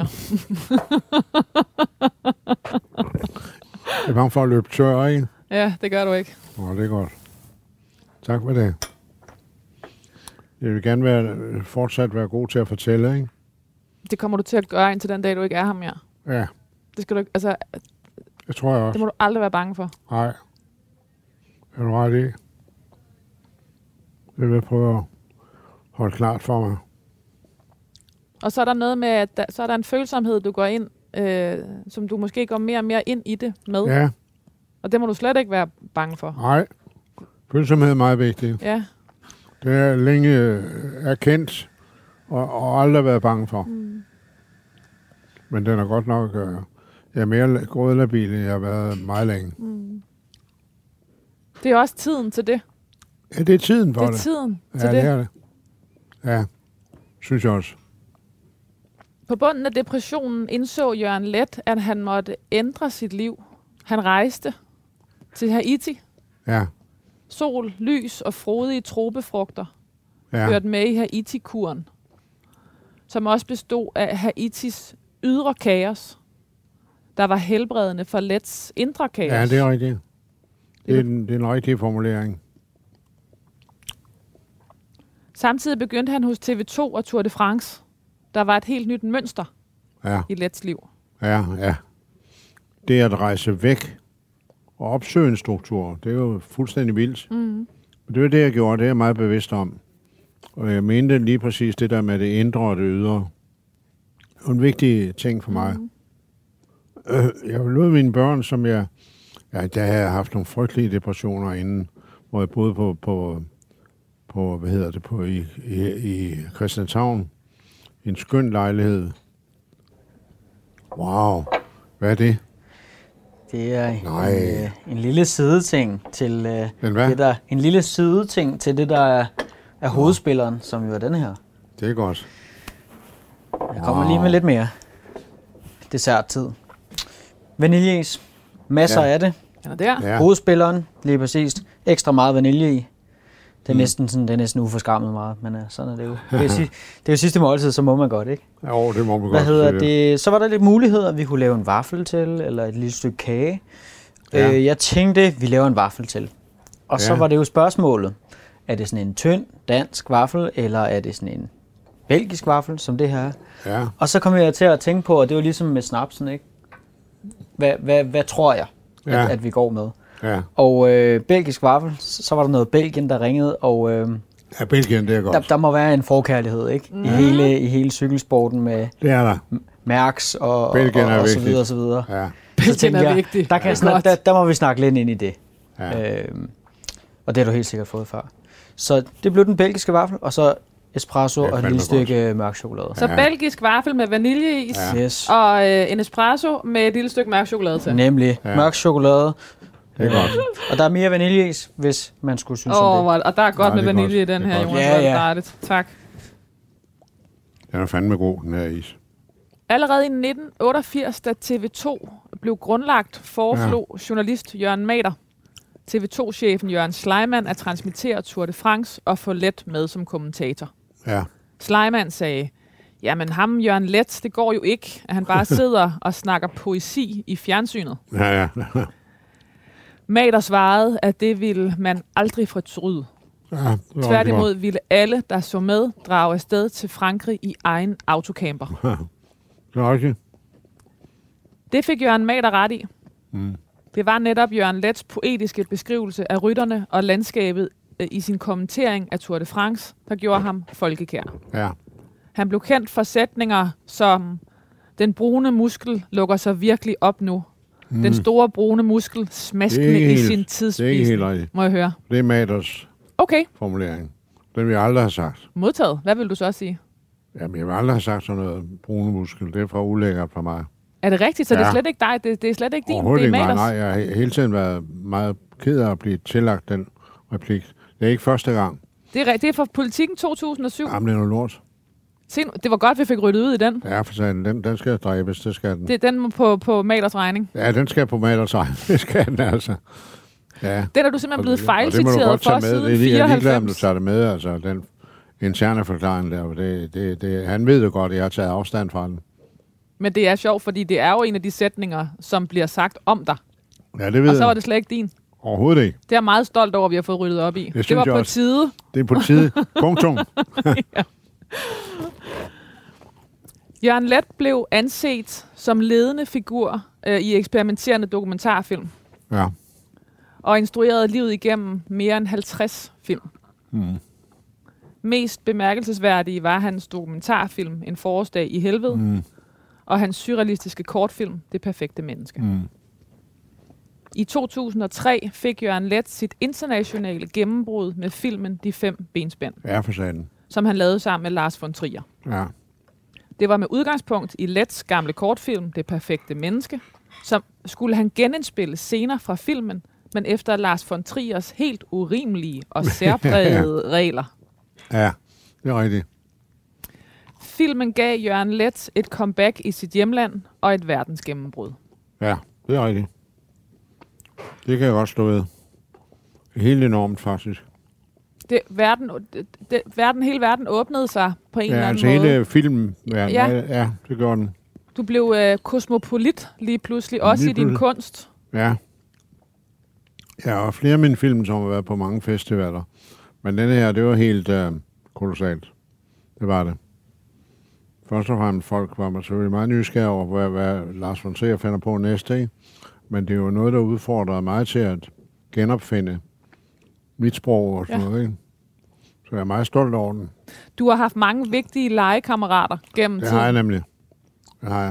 Det er bare for at løbe tør, ikke? Ja, det gør du ikke. Det er godt. Tak for det. Jeg vil gerne fortsat være god til at fortælle, ikke? Det kommer du til at gøre indtil den dag, du ikke er her mere. Ja. Det skal du ikke, altså... Det tror jeg også. Det må du aldrig være bange for. Nej. Er du ret i? Det vil jeg prøve at holde klart for mig. Og så er der noget med, at så er der en følsomhed, du går ind, som du måske går mere og mere ind i det med. Ja. Og det må du slet ikke være bange for. Nej. Følsomhed er meget vigtigt. Ja. Det er længe erkendt, og aldrig været bange for. Mm. Men den er godt nok... jeg er mere grådlabil, end jeg har været meget længe. Mm. Det er også tiden til det. Ja, det er tiden for det. Det er tiden til det. Ja, det er det. Ja. Synes jeg også. På bunden af depressionen indså Jørgen Leth, at han måtte ændre sit liv. Han rejste til Haiti. Ja. Sol, lys og frodige tropefrugter Ja. hørte med i Haiti-kuren, som også bestod af Haitis ydre kaos, der var helbredende for Leths indre kaos. Ja, det er rigtigt. Det er en rigtig formulering. Samtidig begyndte han hos TV2 og Tour de France. Der var et helt nyt mønster i Leths liv. Ja. Det at rejse væk og opsøge en struktur, det er jo fuldstændig vildt. Mm. Det var det, jeg gjorde. Det er jeg meget bevidst om. Og jeg mente lige præcis det der med det indre og det ydre. Det var en vigtig ting for mig. Jeg ville ud mine børn, som der havde jeg haft nogle frygtelige depressioner inden, hvor jeg boede i Christianshavn. En skøn lejlighed. Wow. Hvad er det? Det er en lille sideting til det der. En lille sideting til det der er hovedspilleren, som jo er den her. Det er godt. Jeg kommer lige med lidt mere desserttid. Vaniljeis. Masser af det. Den er der. Ja. Hovedspilleren, lige præcis. Ekstra meget vanilje i. Det er næsten uforskammet meget, men sådan er det jo. Det er jo sidste måltid, så må man godt, ikke? Jo, det må man godt. Hvad hedder det? Så var der lidt muligheder, vi kunne lave en vaffel til, eller et lille stykke kage. Ja. Jeg tænkte, vi laver en vaffel til. Og så var det jo spørgsmålet, er det sådan en tynd dansk vaffel, eller er det sådan en belgisk vaffel, som det her? Ja. Og så kom jeg til at tænke på, og det var ligesom med snapsen, ikke? Hvad tror jeg, at vi går med? Ja. Og belgisk vaffel, så var der noget Belgien, der ringede, og ja, Belgien, det er godt. Der må være en forkærlighed, ikke? I hele cykelsporten med det er der. Mærks og så videre, og så videre. Ja. Belgien er vigtigt. Der må vi snakke lidt ind i det. Ja. Og det har du helt sikkert fået før. Så det blev den belgiske vaffel, og så espresso og et lille stykke mørk chokolade. Så belgisk vaffel med vaniljeis og en espresso med et lille stykke mørk chokolade til. Nemlig mørk chokolade. Det er godt. Og der er mere vaniljeis, hvis man skulle synes om det. Og der er godt med vanilje i den her, Jonas. Ja. Tak. Den er fandme god, den her is. Allerede i 1988, da TV2 blev grundlagt, foreslog journalist Jørgen Mader TV2-chefen Jørgen Schleimann at transmittere Tour de France og få Leth med som kommentator. Ja. Schleimann sagde, jamen ham Jørgen Leth, det går jo ikke, at han bare sidder og snakker poesi i fjernsynet. Ja. Mader svarede, at det ville man aldrig fortryde. Ja, tværtimod ville alle, der så med, drage afsted til Frankrig i egen autocamper. Ja, det er rigtigt. Det fik Jørgen Mader ret i. Det var netop Jørgen Leths poetiske beskrivelse af rytterne og landskabet i sin kommentering af Tour de France, der gjorde ham folkekær. Ja. Han blev kendt for sætninger som, den brune muskel lukker sig virkelig op nu. Den store brune muskel smaskende i sin tidsspidsen. Må jeg høre? Det er Maders formulering. Den vil jeg aldrig have sagt. Modtaget. Hvad vil du så sige? Jamen, jeg vil aldrig have sagt sådan noget brune muskel. Det er for ulækkert for mig. Er det rigtigt? Så det er slet ikke dig? Det er slet ikke din? Det er Maders? Nej, jeg har hele tiden været meget ked af at blive tillagt den replik. Det er ikke første gang. Det er rigtigt. Det er fra Politikken 2007. Jamen, det er noget lort. Det var godt, vi fik ryddet ud i den. Ja, for sådan, den skal dræbes, det skal den. Det er den på Maders regning. Ja, den skal på Maders regning, det skal den altså. Ja. Den er du simpelthen blevet fejlciteret for siden 94. Jeg er ligeglad, om du tager det med, altså den interne forklaring der. Han ved det godt, at jeg har taget afstand fra den. Men det er sjovt, fordi det er jo en af de sætninger, som bliver sagt om dig. Ja, det ved jeg. Og så var det slet ikke din. Overhovedet ikke. Det er jeg meget stolt over, at vi har fået ryddet op i. Det var på tide. Det er på tide. Punktum. Ja. Jørgen Leth blev anset som ledende figur i eksperimenterende dokumentarfilm. Ja. Og instruerede livet igennem mere end 50 film. Mest bemærkelsesværdige var hans dokumentarfilm En forårsdag i helvede, og hans surrealistiske kortfilm Det perfekte menneske. I 2003 fik Jørgen Leth sit internationale gennembrud med filmen De 5 benspænd. Ja, for satan. Som han lavede sammen med Lars von Trier. Ja. Det var med udgangspunkt i Leths gamle kortfilm Det perfekte menneske, som skulle han genindspille scener fra filmen, men efter Lars von Triers helt urimelige og særprægede regler. Ja, det er rigtigt. Filmen gav Jørgen Leth et comeback i sit hjemland og et verdensgennembrud. Ja, det er rigtigt. Det kan jeg godt stå ved. Helt enormt, faktisk. Hele verden åbnede sig på en eller anden måde. Ja, altså hele filmverdenen. Ja, det gjorde den. Du blev kosmopolit lige pludselig, også i din kunst. Ja. Ja, og flere af mine film, som har været på mange festivaler. Men den her, det var helt kolossalt. Det var det. Først og fremmest folk var man selvfølgelig meget nysgerrige over, hvad Lars von Trier finder på næste, ikke? Men det er jo noget, der udfordrede mig til at genopfinde mit sprog og sådan noget, ikke? Så jeg er meget stolt over den. Du har haft mange vigtige legekammerater gennem tiden. Det har jeg nemlig. Det har jeg.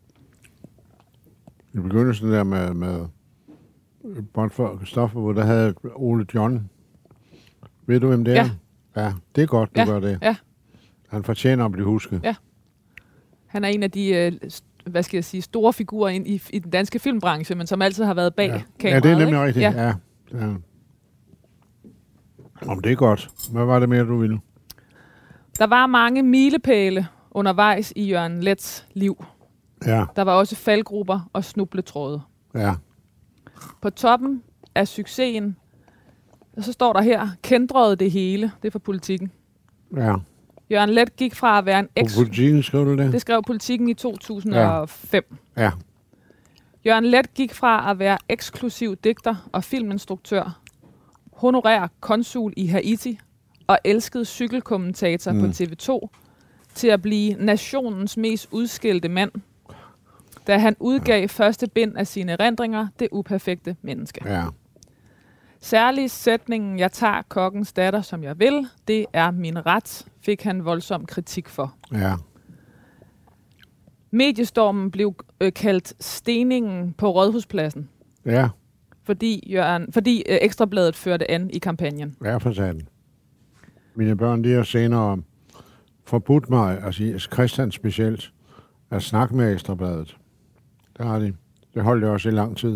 I begyndelsen der med Stoffer, hvor der havde Ole John. Ved du, hvem det er? Ja, det er godt, du gør det. Ja. Han fortjener at blive husket. Ja. Han er en af de, store figurer i den danske filmbranche, men som altid har været bag kameraet. Ja, det er nemlig rigtigt. Ja. Om det er godt. Hvad var det mere, du ville? Der var mange milepæle undervejs i Jørgen Leths liv. Ja. Der var også faldgrupper og snubletråde. Ja. På toppen af succesen, så står der her, kændrede det hele. Det er fra Politikken. Ja. Jørgen Leth gik fra at være en Politikken skrev du det? Det skrev Politikken i 2005. Ja. Jørgen Leth gik fra at være eksklusiv digter og filminstruktør, honorær konsul i Haiti og elsket cykelkommentator på TV2, til at blive nationens mest udskilte mand, da han udgav første bind af sine erindringer, Det uperfekte menneske. Ja. Særlig sætningen, jeg tager kokkens datter, som jeg vil, det er min ret, fik han voldsom kritik for. Ja. Mediestormen blev kaldt steningen på Rådhuspladsen. Ja. Fordi Ekstrabladet førte an i kampagnen. Ja, for satan. Mine børn, de har senere forbudt mig, altså Christian specielt, at snakke med Ekstrabladet. Det har de. Det holdt jeg også i lang tid.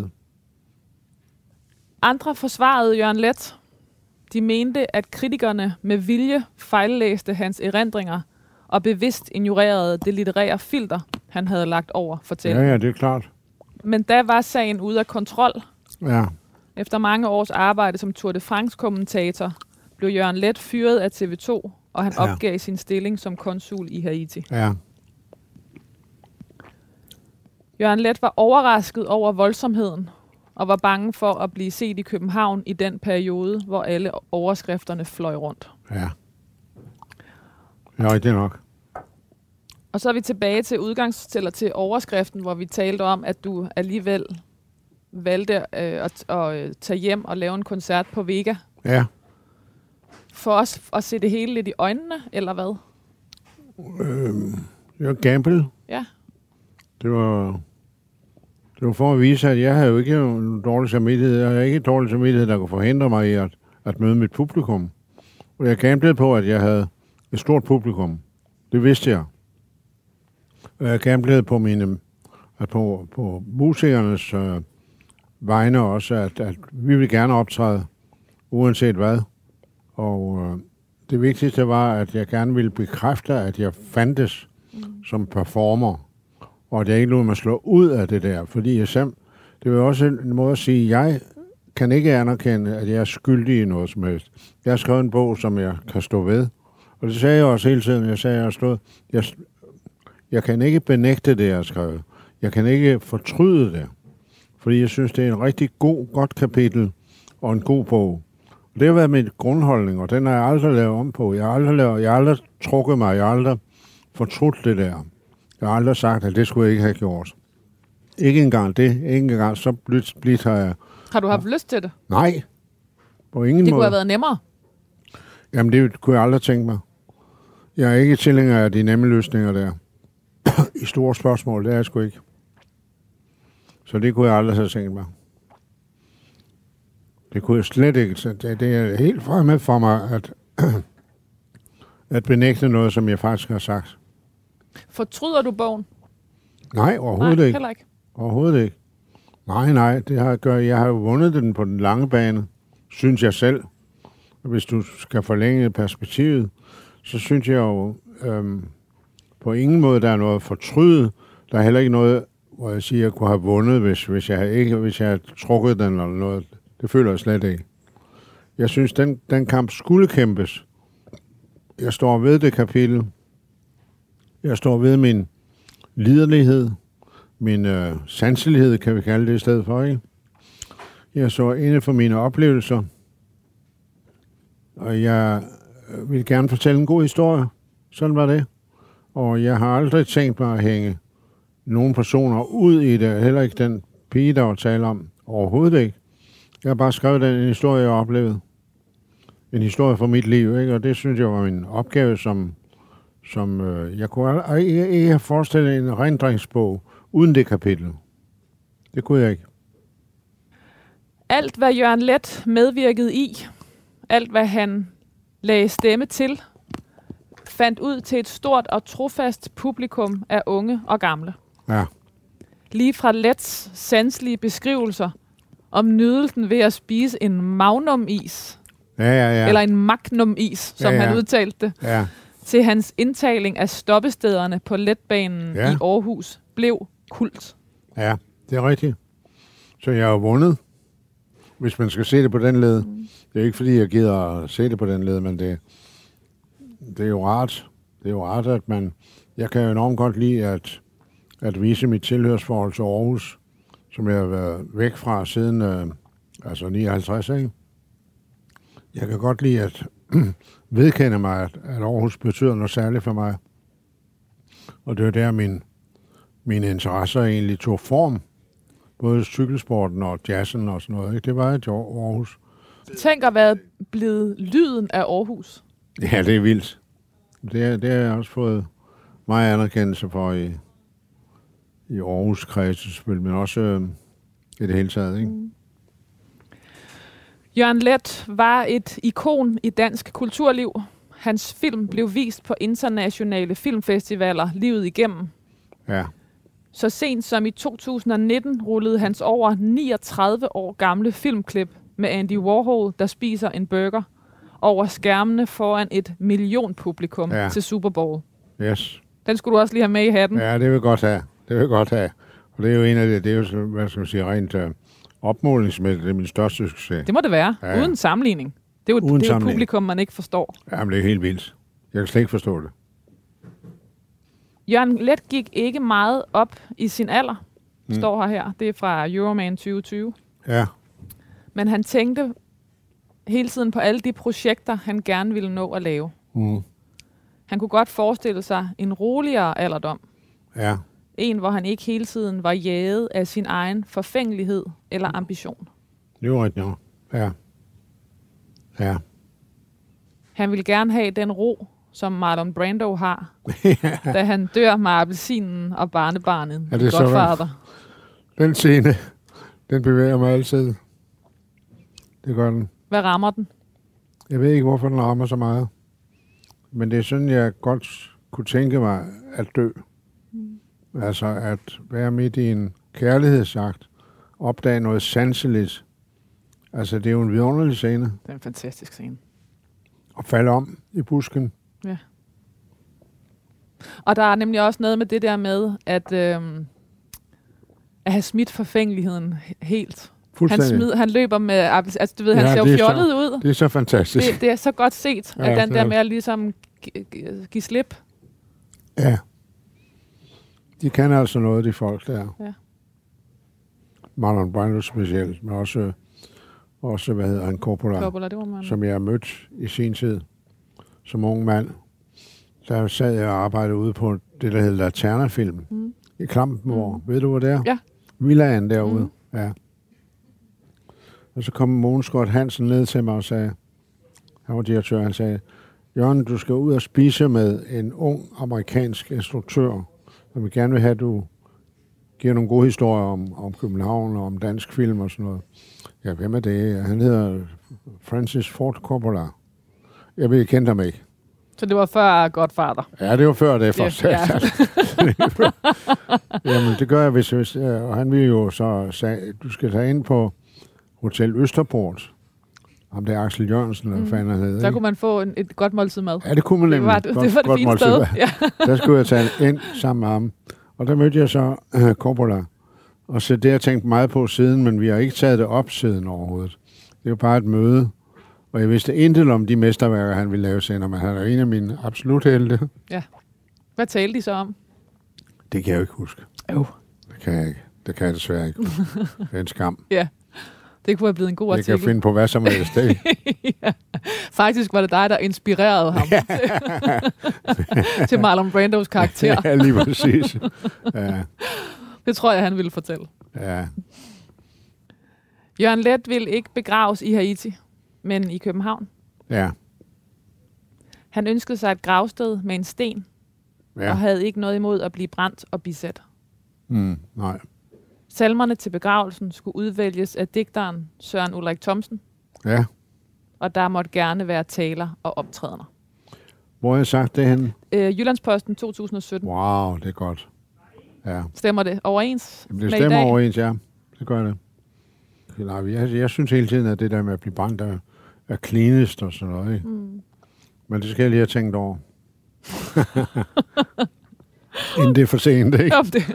Andre forsvarede Jørgen Leth. De mente, at kritikerne med vilje fejllæste hans erindringer og bevidst ignorerede det litterære filter, han havde lagt over fortællingen. Ja, det er klart. Men da var sagen ude af kontrol. Ja. Efter mange års arbejde som Tour de France-kommentator, blev Jørgen Leth fyret af TV2, og han opgav sin stilling som konsul i Haiti. Ja. Jørgen Leth var overrasket over voldsomheden, og var bange for at blive set i København i den periode, hvor alle overskrifterne fløj rundt. Ja. Ja, det er nok. Og så er vi tilbage til overskriften, hvor vi talte om, at du alligevel valgte at tage hjem og lave en koncert på Vega. Ja. For os at se det hele lidt i øjnene, eller hvad? Det var gamble. Ja. Det var for at vise, at jeg havde jo ikke en dårlig samvittighed. Jeg havde ikke en dårlig samvittighed, der kunne forhindre mig i at møde mit publikum. Og jeg gamblede på, at jeg havde et stort publikum. Det vidste jeg. Og jeg gamblede på på musikernes vegne også, at vi ville gerne optræde, uanset hvad. Og det vigtigste var, at jeg gerne ville bekræfte, at jeg fandtes som performer. Og at jeg ikke lod mig slå ud af det der. Fordi det var også en måde at sige, at jeg kan ikke anerkende, at jeg er skyldig i noget som helst. Jeg har skrevet en bog, som jeg kan stå ved. Og det sagde jeg også hele tiden. Jeg kan ikke benægte det, jeg har skrevet. Jeg kan ikke fortryde det. Fordi jeg synes, det er en rigtig godt kapitel og en god bog. Og det har været min grundholdning, og den har jeg aldrig lavet om på. Jeg har aldrig trukket mig. Jeg har aldrig fortrudt det der. Jeg har aldrig sagt, at det skulle jeg ikke have gjort. Ikke engang det. Ikke engang så blidt har jeg... Har du haft lyst til det? Nej. På ingen måde. Det kunne have været nemmere. Jamen, det kunne jeg aldrig tænke mig. Jeg er ikke tilhænger af de nemme løsninger der. I store spørgsmål, det er jeg sgu ikke. Så det kunne jeg aldrig have tænkt mig. Det kunne jeg slet ikke. Det er helt fremmed for mig, at benægte noget, som jeg faktisk har sagt. Fortryder du bogen? Nej, overhovedet ikke. Heller ikke. Overhovedet ikke. Nej, det har jeg gjort. Jeg har jo vundet den på den lange bane, synes jeg selv. Hvis du skal forlænge perspektivet, så synes jeg jo, på ingen måde, der er noget fortrydet. Der er heller ikke noget, hvor jeg siger, at jeg kunne have vundet, hvis jeg havde trukket den eller noget. Det føler jeg slet ikke. Jeg synes, den kamp skulle kæmpes. Jeg står ved det kapitel. Jeg står ved min liderlighed, min sanselighed, kan vi kalde det i stedet for, ikke? Jeg står inde for mine oplevelser, og jeg vil gerne fortælle en god historie. Sådan var det. Og jeg har aldrig tænkt mig at hænge nogle personer ud i det, heller ikke den pige, der var tale om. Overhovedet ikke. Jeg har bare skrevet den historie, jeg oplevede. En historie fra mit liv, ikke? Og det synes jeg var min opgave, som jeg kunne ikke have forestillet en erindringsbog uden det kapitel. Det kunne jeg ikke. Alt, hvad Jørgen Leth medvirkede i, alt, hvad han lagde stemme til, fandt ud til et stort og trofast publikum af unge og gamle. Ja. Lige fra Leths sanselige beskrivelser om nydelsen ved at spise en magnum-is, eller en magnum-is, som han udtalte det, til hans indtaling af stoppestederne på letbanen i Aarhus, blev kult. Ja, det er rigtigt. Så jeg har vundet, hvis man skal se det på den led. Det er ikke, fordi jeg gider at se det på den led, men det er jo rart. Det er jo rart, at jeg kan jo enormt godt lide at vise mit tilhørsforhold til Aarhus, som jeg har været væk fra siden 59, ikke? Jeg kan godt lide at vedkende mig, at Aarhus betyder noget særligt for mig. Og det er der, mine interesser egentlig tog form. Både cykelsporten og jazzen og sådan noget, ikke? Det var et Aarhus. Tænk at være blevet lyden af Aarhus. Ja, det er vildt. Det har jeg også fået meget anerkendelse for i Aarhus kredse selvfølgelig, men også i det hele taget, ikke? Jørgen Leth var et ikon i dansk kulturliv. Hans film blev vist på internationale filmfestivaler livet igennem. Ja. Så sent som i 2019 rullede hans over 39 år gamle filmklip med Andy Warhol, der spiser en burger, over skærmene foran et millionpublikum til Super Bowl. Yes. Den skulle du også lige have med i hatten. Ja, det vil godt have. Og det er jo en af det er jo, hvad skal man sige, rent opmålingsmæssigt, det er min største succes. Det må det være, uden sammenligning. Det er jo et publikum, man ikke forstår. Jamen, det er helt vildt. Jeg kan slet ikke forstå det. Jørgen Leth gik ikke meget op i sin alder, står her. Det er fra Euroman 2020. Ja. Men han tænkte hele tiden på alle de projekter, han gerne ville nå at lave. Han kunne godt forestille sig en roligere alderdom. Ja. En, hvor han ikke hele tiden var jaget af sin egen forfængelighed eller ambition. Det var rigtigt, ja. Ja. Han ville gerne have den ro, som Marlon Brando har, da han dør med appelsinen og barnebarnet. Ja, det er Godfather. Den scene, den bevæger mig altid. Det gør den. Hvad rammer den? Jeg ved ikke, hvorfor den rammer så meget. Men det er sådan, jeg godt kunne tænke mig at dø. Altså at være midt i en kærlighedsakt, opdage noget sanseligt. Altså det er jo en vidunderlig scene. Det er en fantastisk scene. Og falde om i busken. Ja. Og der er nemlig også noget med det der med, at have smidt forfængeligheden helt. Han løber med, altså du ved, han ser jo fjollet ud. Det er så fantastisk. Det er så godt set, at den der med at ligesom give slip. Ja. De kan altså noget, de folk der. Ja. Marlon Brando specielt, men også hvad hedder han, Coppola, som jeg har mødt i sin tid som ung mand. Der sad jeg og arbejdede ude på det, der hedder Laterna-film i Klampenborg. Ved du, hvor det er? Ja. Villaen derude. Ja. Og så kom Mogens Scott Hansen ned til mig og sagde, han var direktør, han sagde, Jørgen, du skal ud og spise med en ung amerikansk instruktør, som vi gerne vil have, at du giver nogle gode historier om København og om dansk film og sådan noget. Ja, hvem er det? Han hedder Francis Ford Coppola. Jeg ved, jeg kendte ham ikke. Så det var før Godfather? Ja, det var før det, for Jamen, det gør jeg, hvis og han ville jo så sige, du skal tage ind på Hotel Østerport. Om det er Axel Jørgensen, eller hvad fanden han hed. Der kunne man få et godt måltid mad. Ja, det kunne man nemlig. Det var det fine sted. Ja. Der skulle jeg tage ind sammen med ham. Og der mødte jeg så Coppola. Og så det har jeg tænkt meget på siden, men vi har ikke taget det op siden overhovedet. Det var bare et møde. Og jeg vidste intet om de mesterværker, han ville lave senere, men han er en af mine absolut helte. Ja. Hvad talte de så om? Det kan jeg jo ikke huske. Det kan jeg ikke. Det kan jeg desværre ikke. Det er en skam. Ja, det kunne have blevet en god artikel. Jeg kan finde på hvad som helst. Ja. Faktisk var det dig, der inspirerede ham til Marlon Brandos karakter. Ja, lige præcis. Ja. Det tror jeg, han ville fortælle. Ja. Jørgen Leth ville ikke begraves i Haiti, men i København. Ja. Han ønskede sig et gravsted med en sten, og havde ikke noget imod at blive brændt og bisat. Nej. Salmerne til begravelsen skulle udvælges af digteren Søren Ulrik Thomsen. Ja. Og der måtte gerne være taler og optrædener. Hvor har jeg sagt det henne? Jyllandsposten 2017. Wow, det er godt. Ja. Stemmer det overens Det stemmer overens, ja. Det gør det. Nej, jeg synes hele tiden, at det der med at blive brændt er cleanest og sådan noget. Ikke? Men det skal jeg lige have tænkt over. Inden det er for sent, ikke?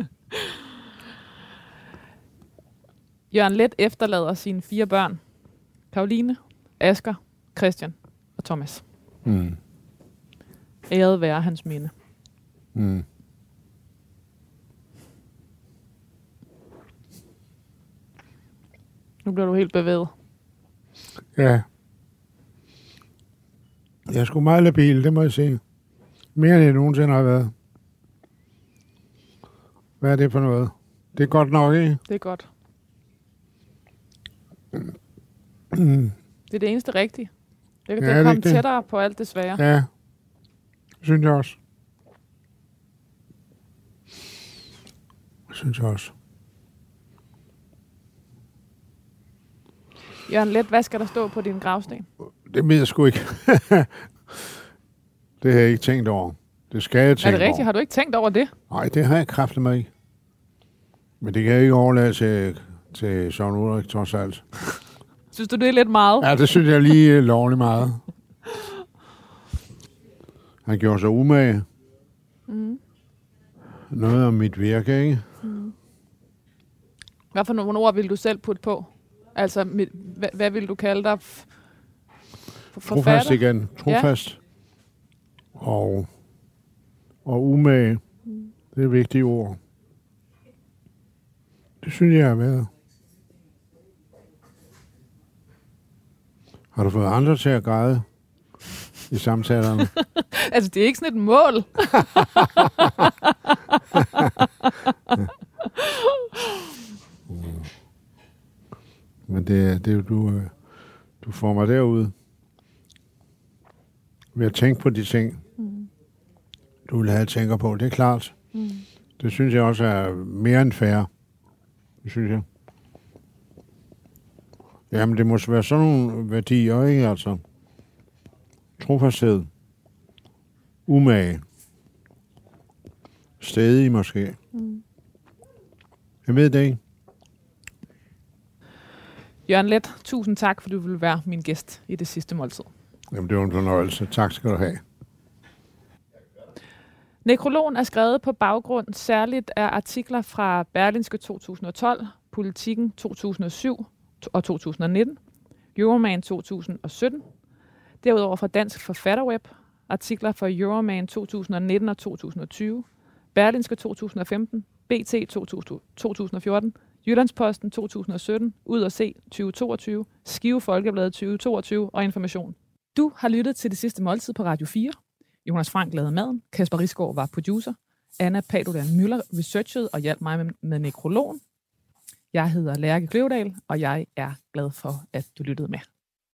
Jørgen Leth efterlader sine 4 børn. Caroline, Asger, Christian og Thomas. Æret være hans minde. Nu bliver du helt bevæget. Ja. Jeg er sgu meget labil, det må jeg sige. Mere end jeg nogensinde har været. Hvad er det for noget? Det er godt nok, ikke? Det er godt. Det er det eneste rigtige. Det kan komme tættere på alt det svære. Ja, det synes jeg også. Det synes jeg også. Jørgen Leth, hvad skal der stå på din gravsten? Det ved jeg sgu ikke. Det har jeg ikke tænkt over. Det skal jeg tænke over. Er det rigtigt? Har du ikke tænkt over det? Nej, det har jeg kraftigt mig ikke. Men det kan jeg ikke overlade til Søren Ulrik, trods alt. Synes du, det er lidt meget? Ja, det synes jeg lige lovligt meget. Han gjorde sig umage. Noget om mit virke, ikke? Hvad for nogle ord vil du selv putte på? Altså, hvad vil du kalde dig? Trofast igen. Trofast. Ja. Og umage. Det er vigtige ord. Det synes jeg er med. Har du fået andre til at græde i samtalerne? Altså, det er ikke sådan et mål. Men det er du får mig derude. Ved at tænke på de ting, du vil have tænker på. Det er klart. Det synes jeg også er mere end fair. Det synes jeg. Jamen, det må være sådan nogle værdier, ikke altså? Trofasthed. Umage. Stædig måske. Jeg ved det ikke. Jørgen Leth, tusind tak, fordi du ville være min gæst i Det Sidste Måltid. Jamen, det var en fornøjelse. Tak skal du have. Nekrologen er skrevet på baggrund særligt af artikler fra Berlingske 2012, Politiken 2007 og 2019, Euroman 2017, derudover fra Dansk Forfatterweb, artikler fra Euroman 2019 og 2020, Berlingske 2015, BT 2014, Jyllandsposten 2017, Ud og Se 2022, Skive Folkeblad 2022 og Information. Du har lyttet til Det Sidste Måltid på Radio 4. Jonas Frank lavede maden, Kasper Risgaard var producer, Anna Paludan Müller researchede og hjalp mig med nekrologen. Jeg hedder Lærke Kløvedal, og jeg er glad for, at du lyttede med.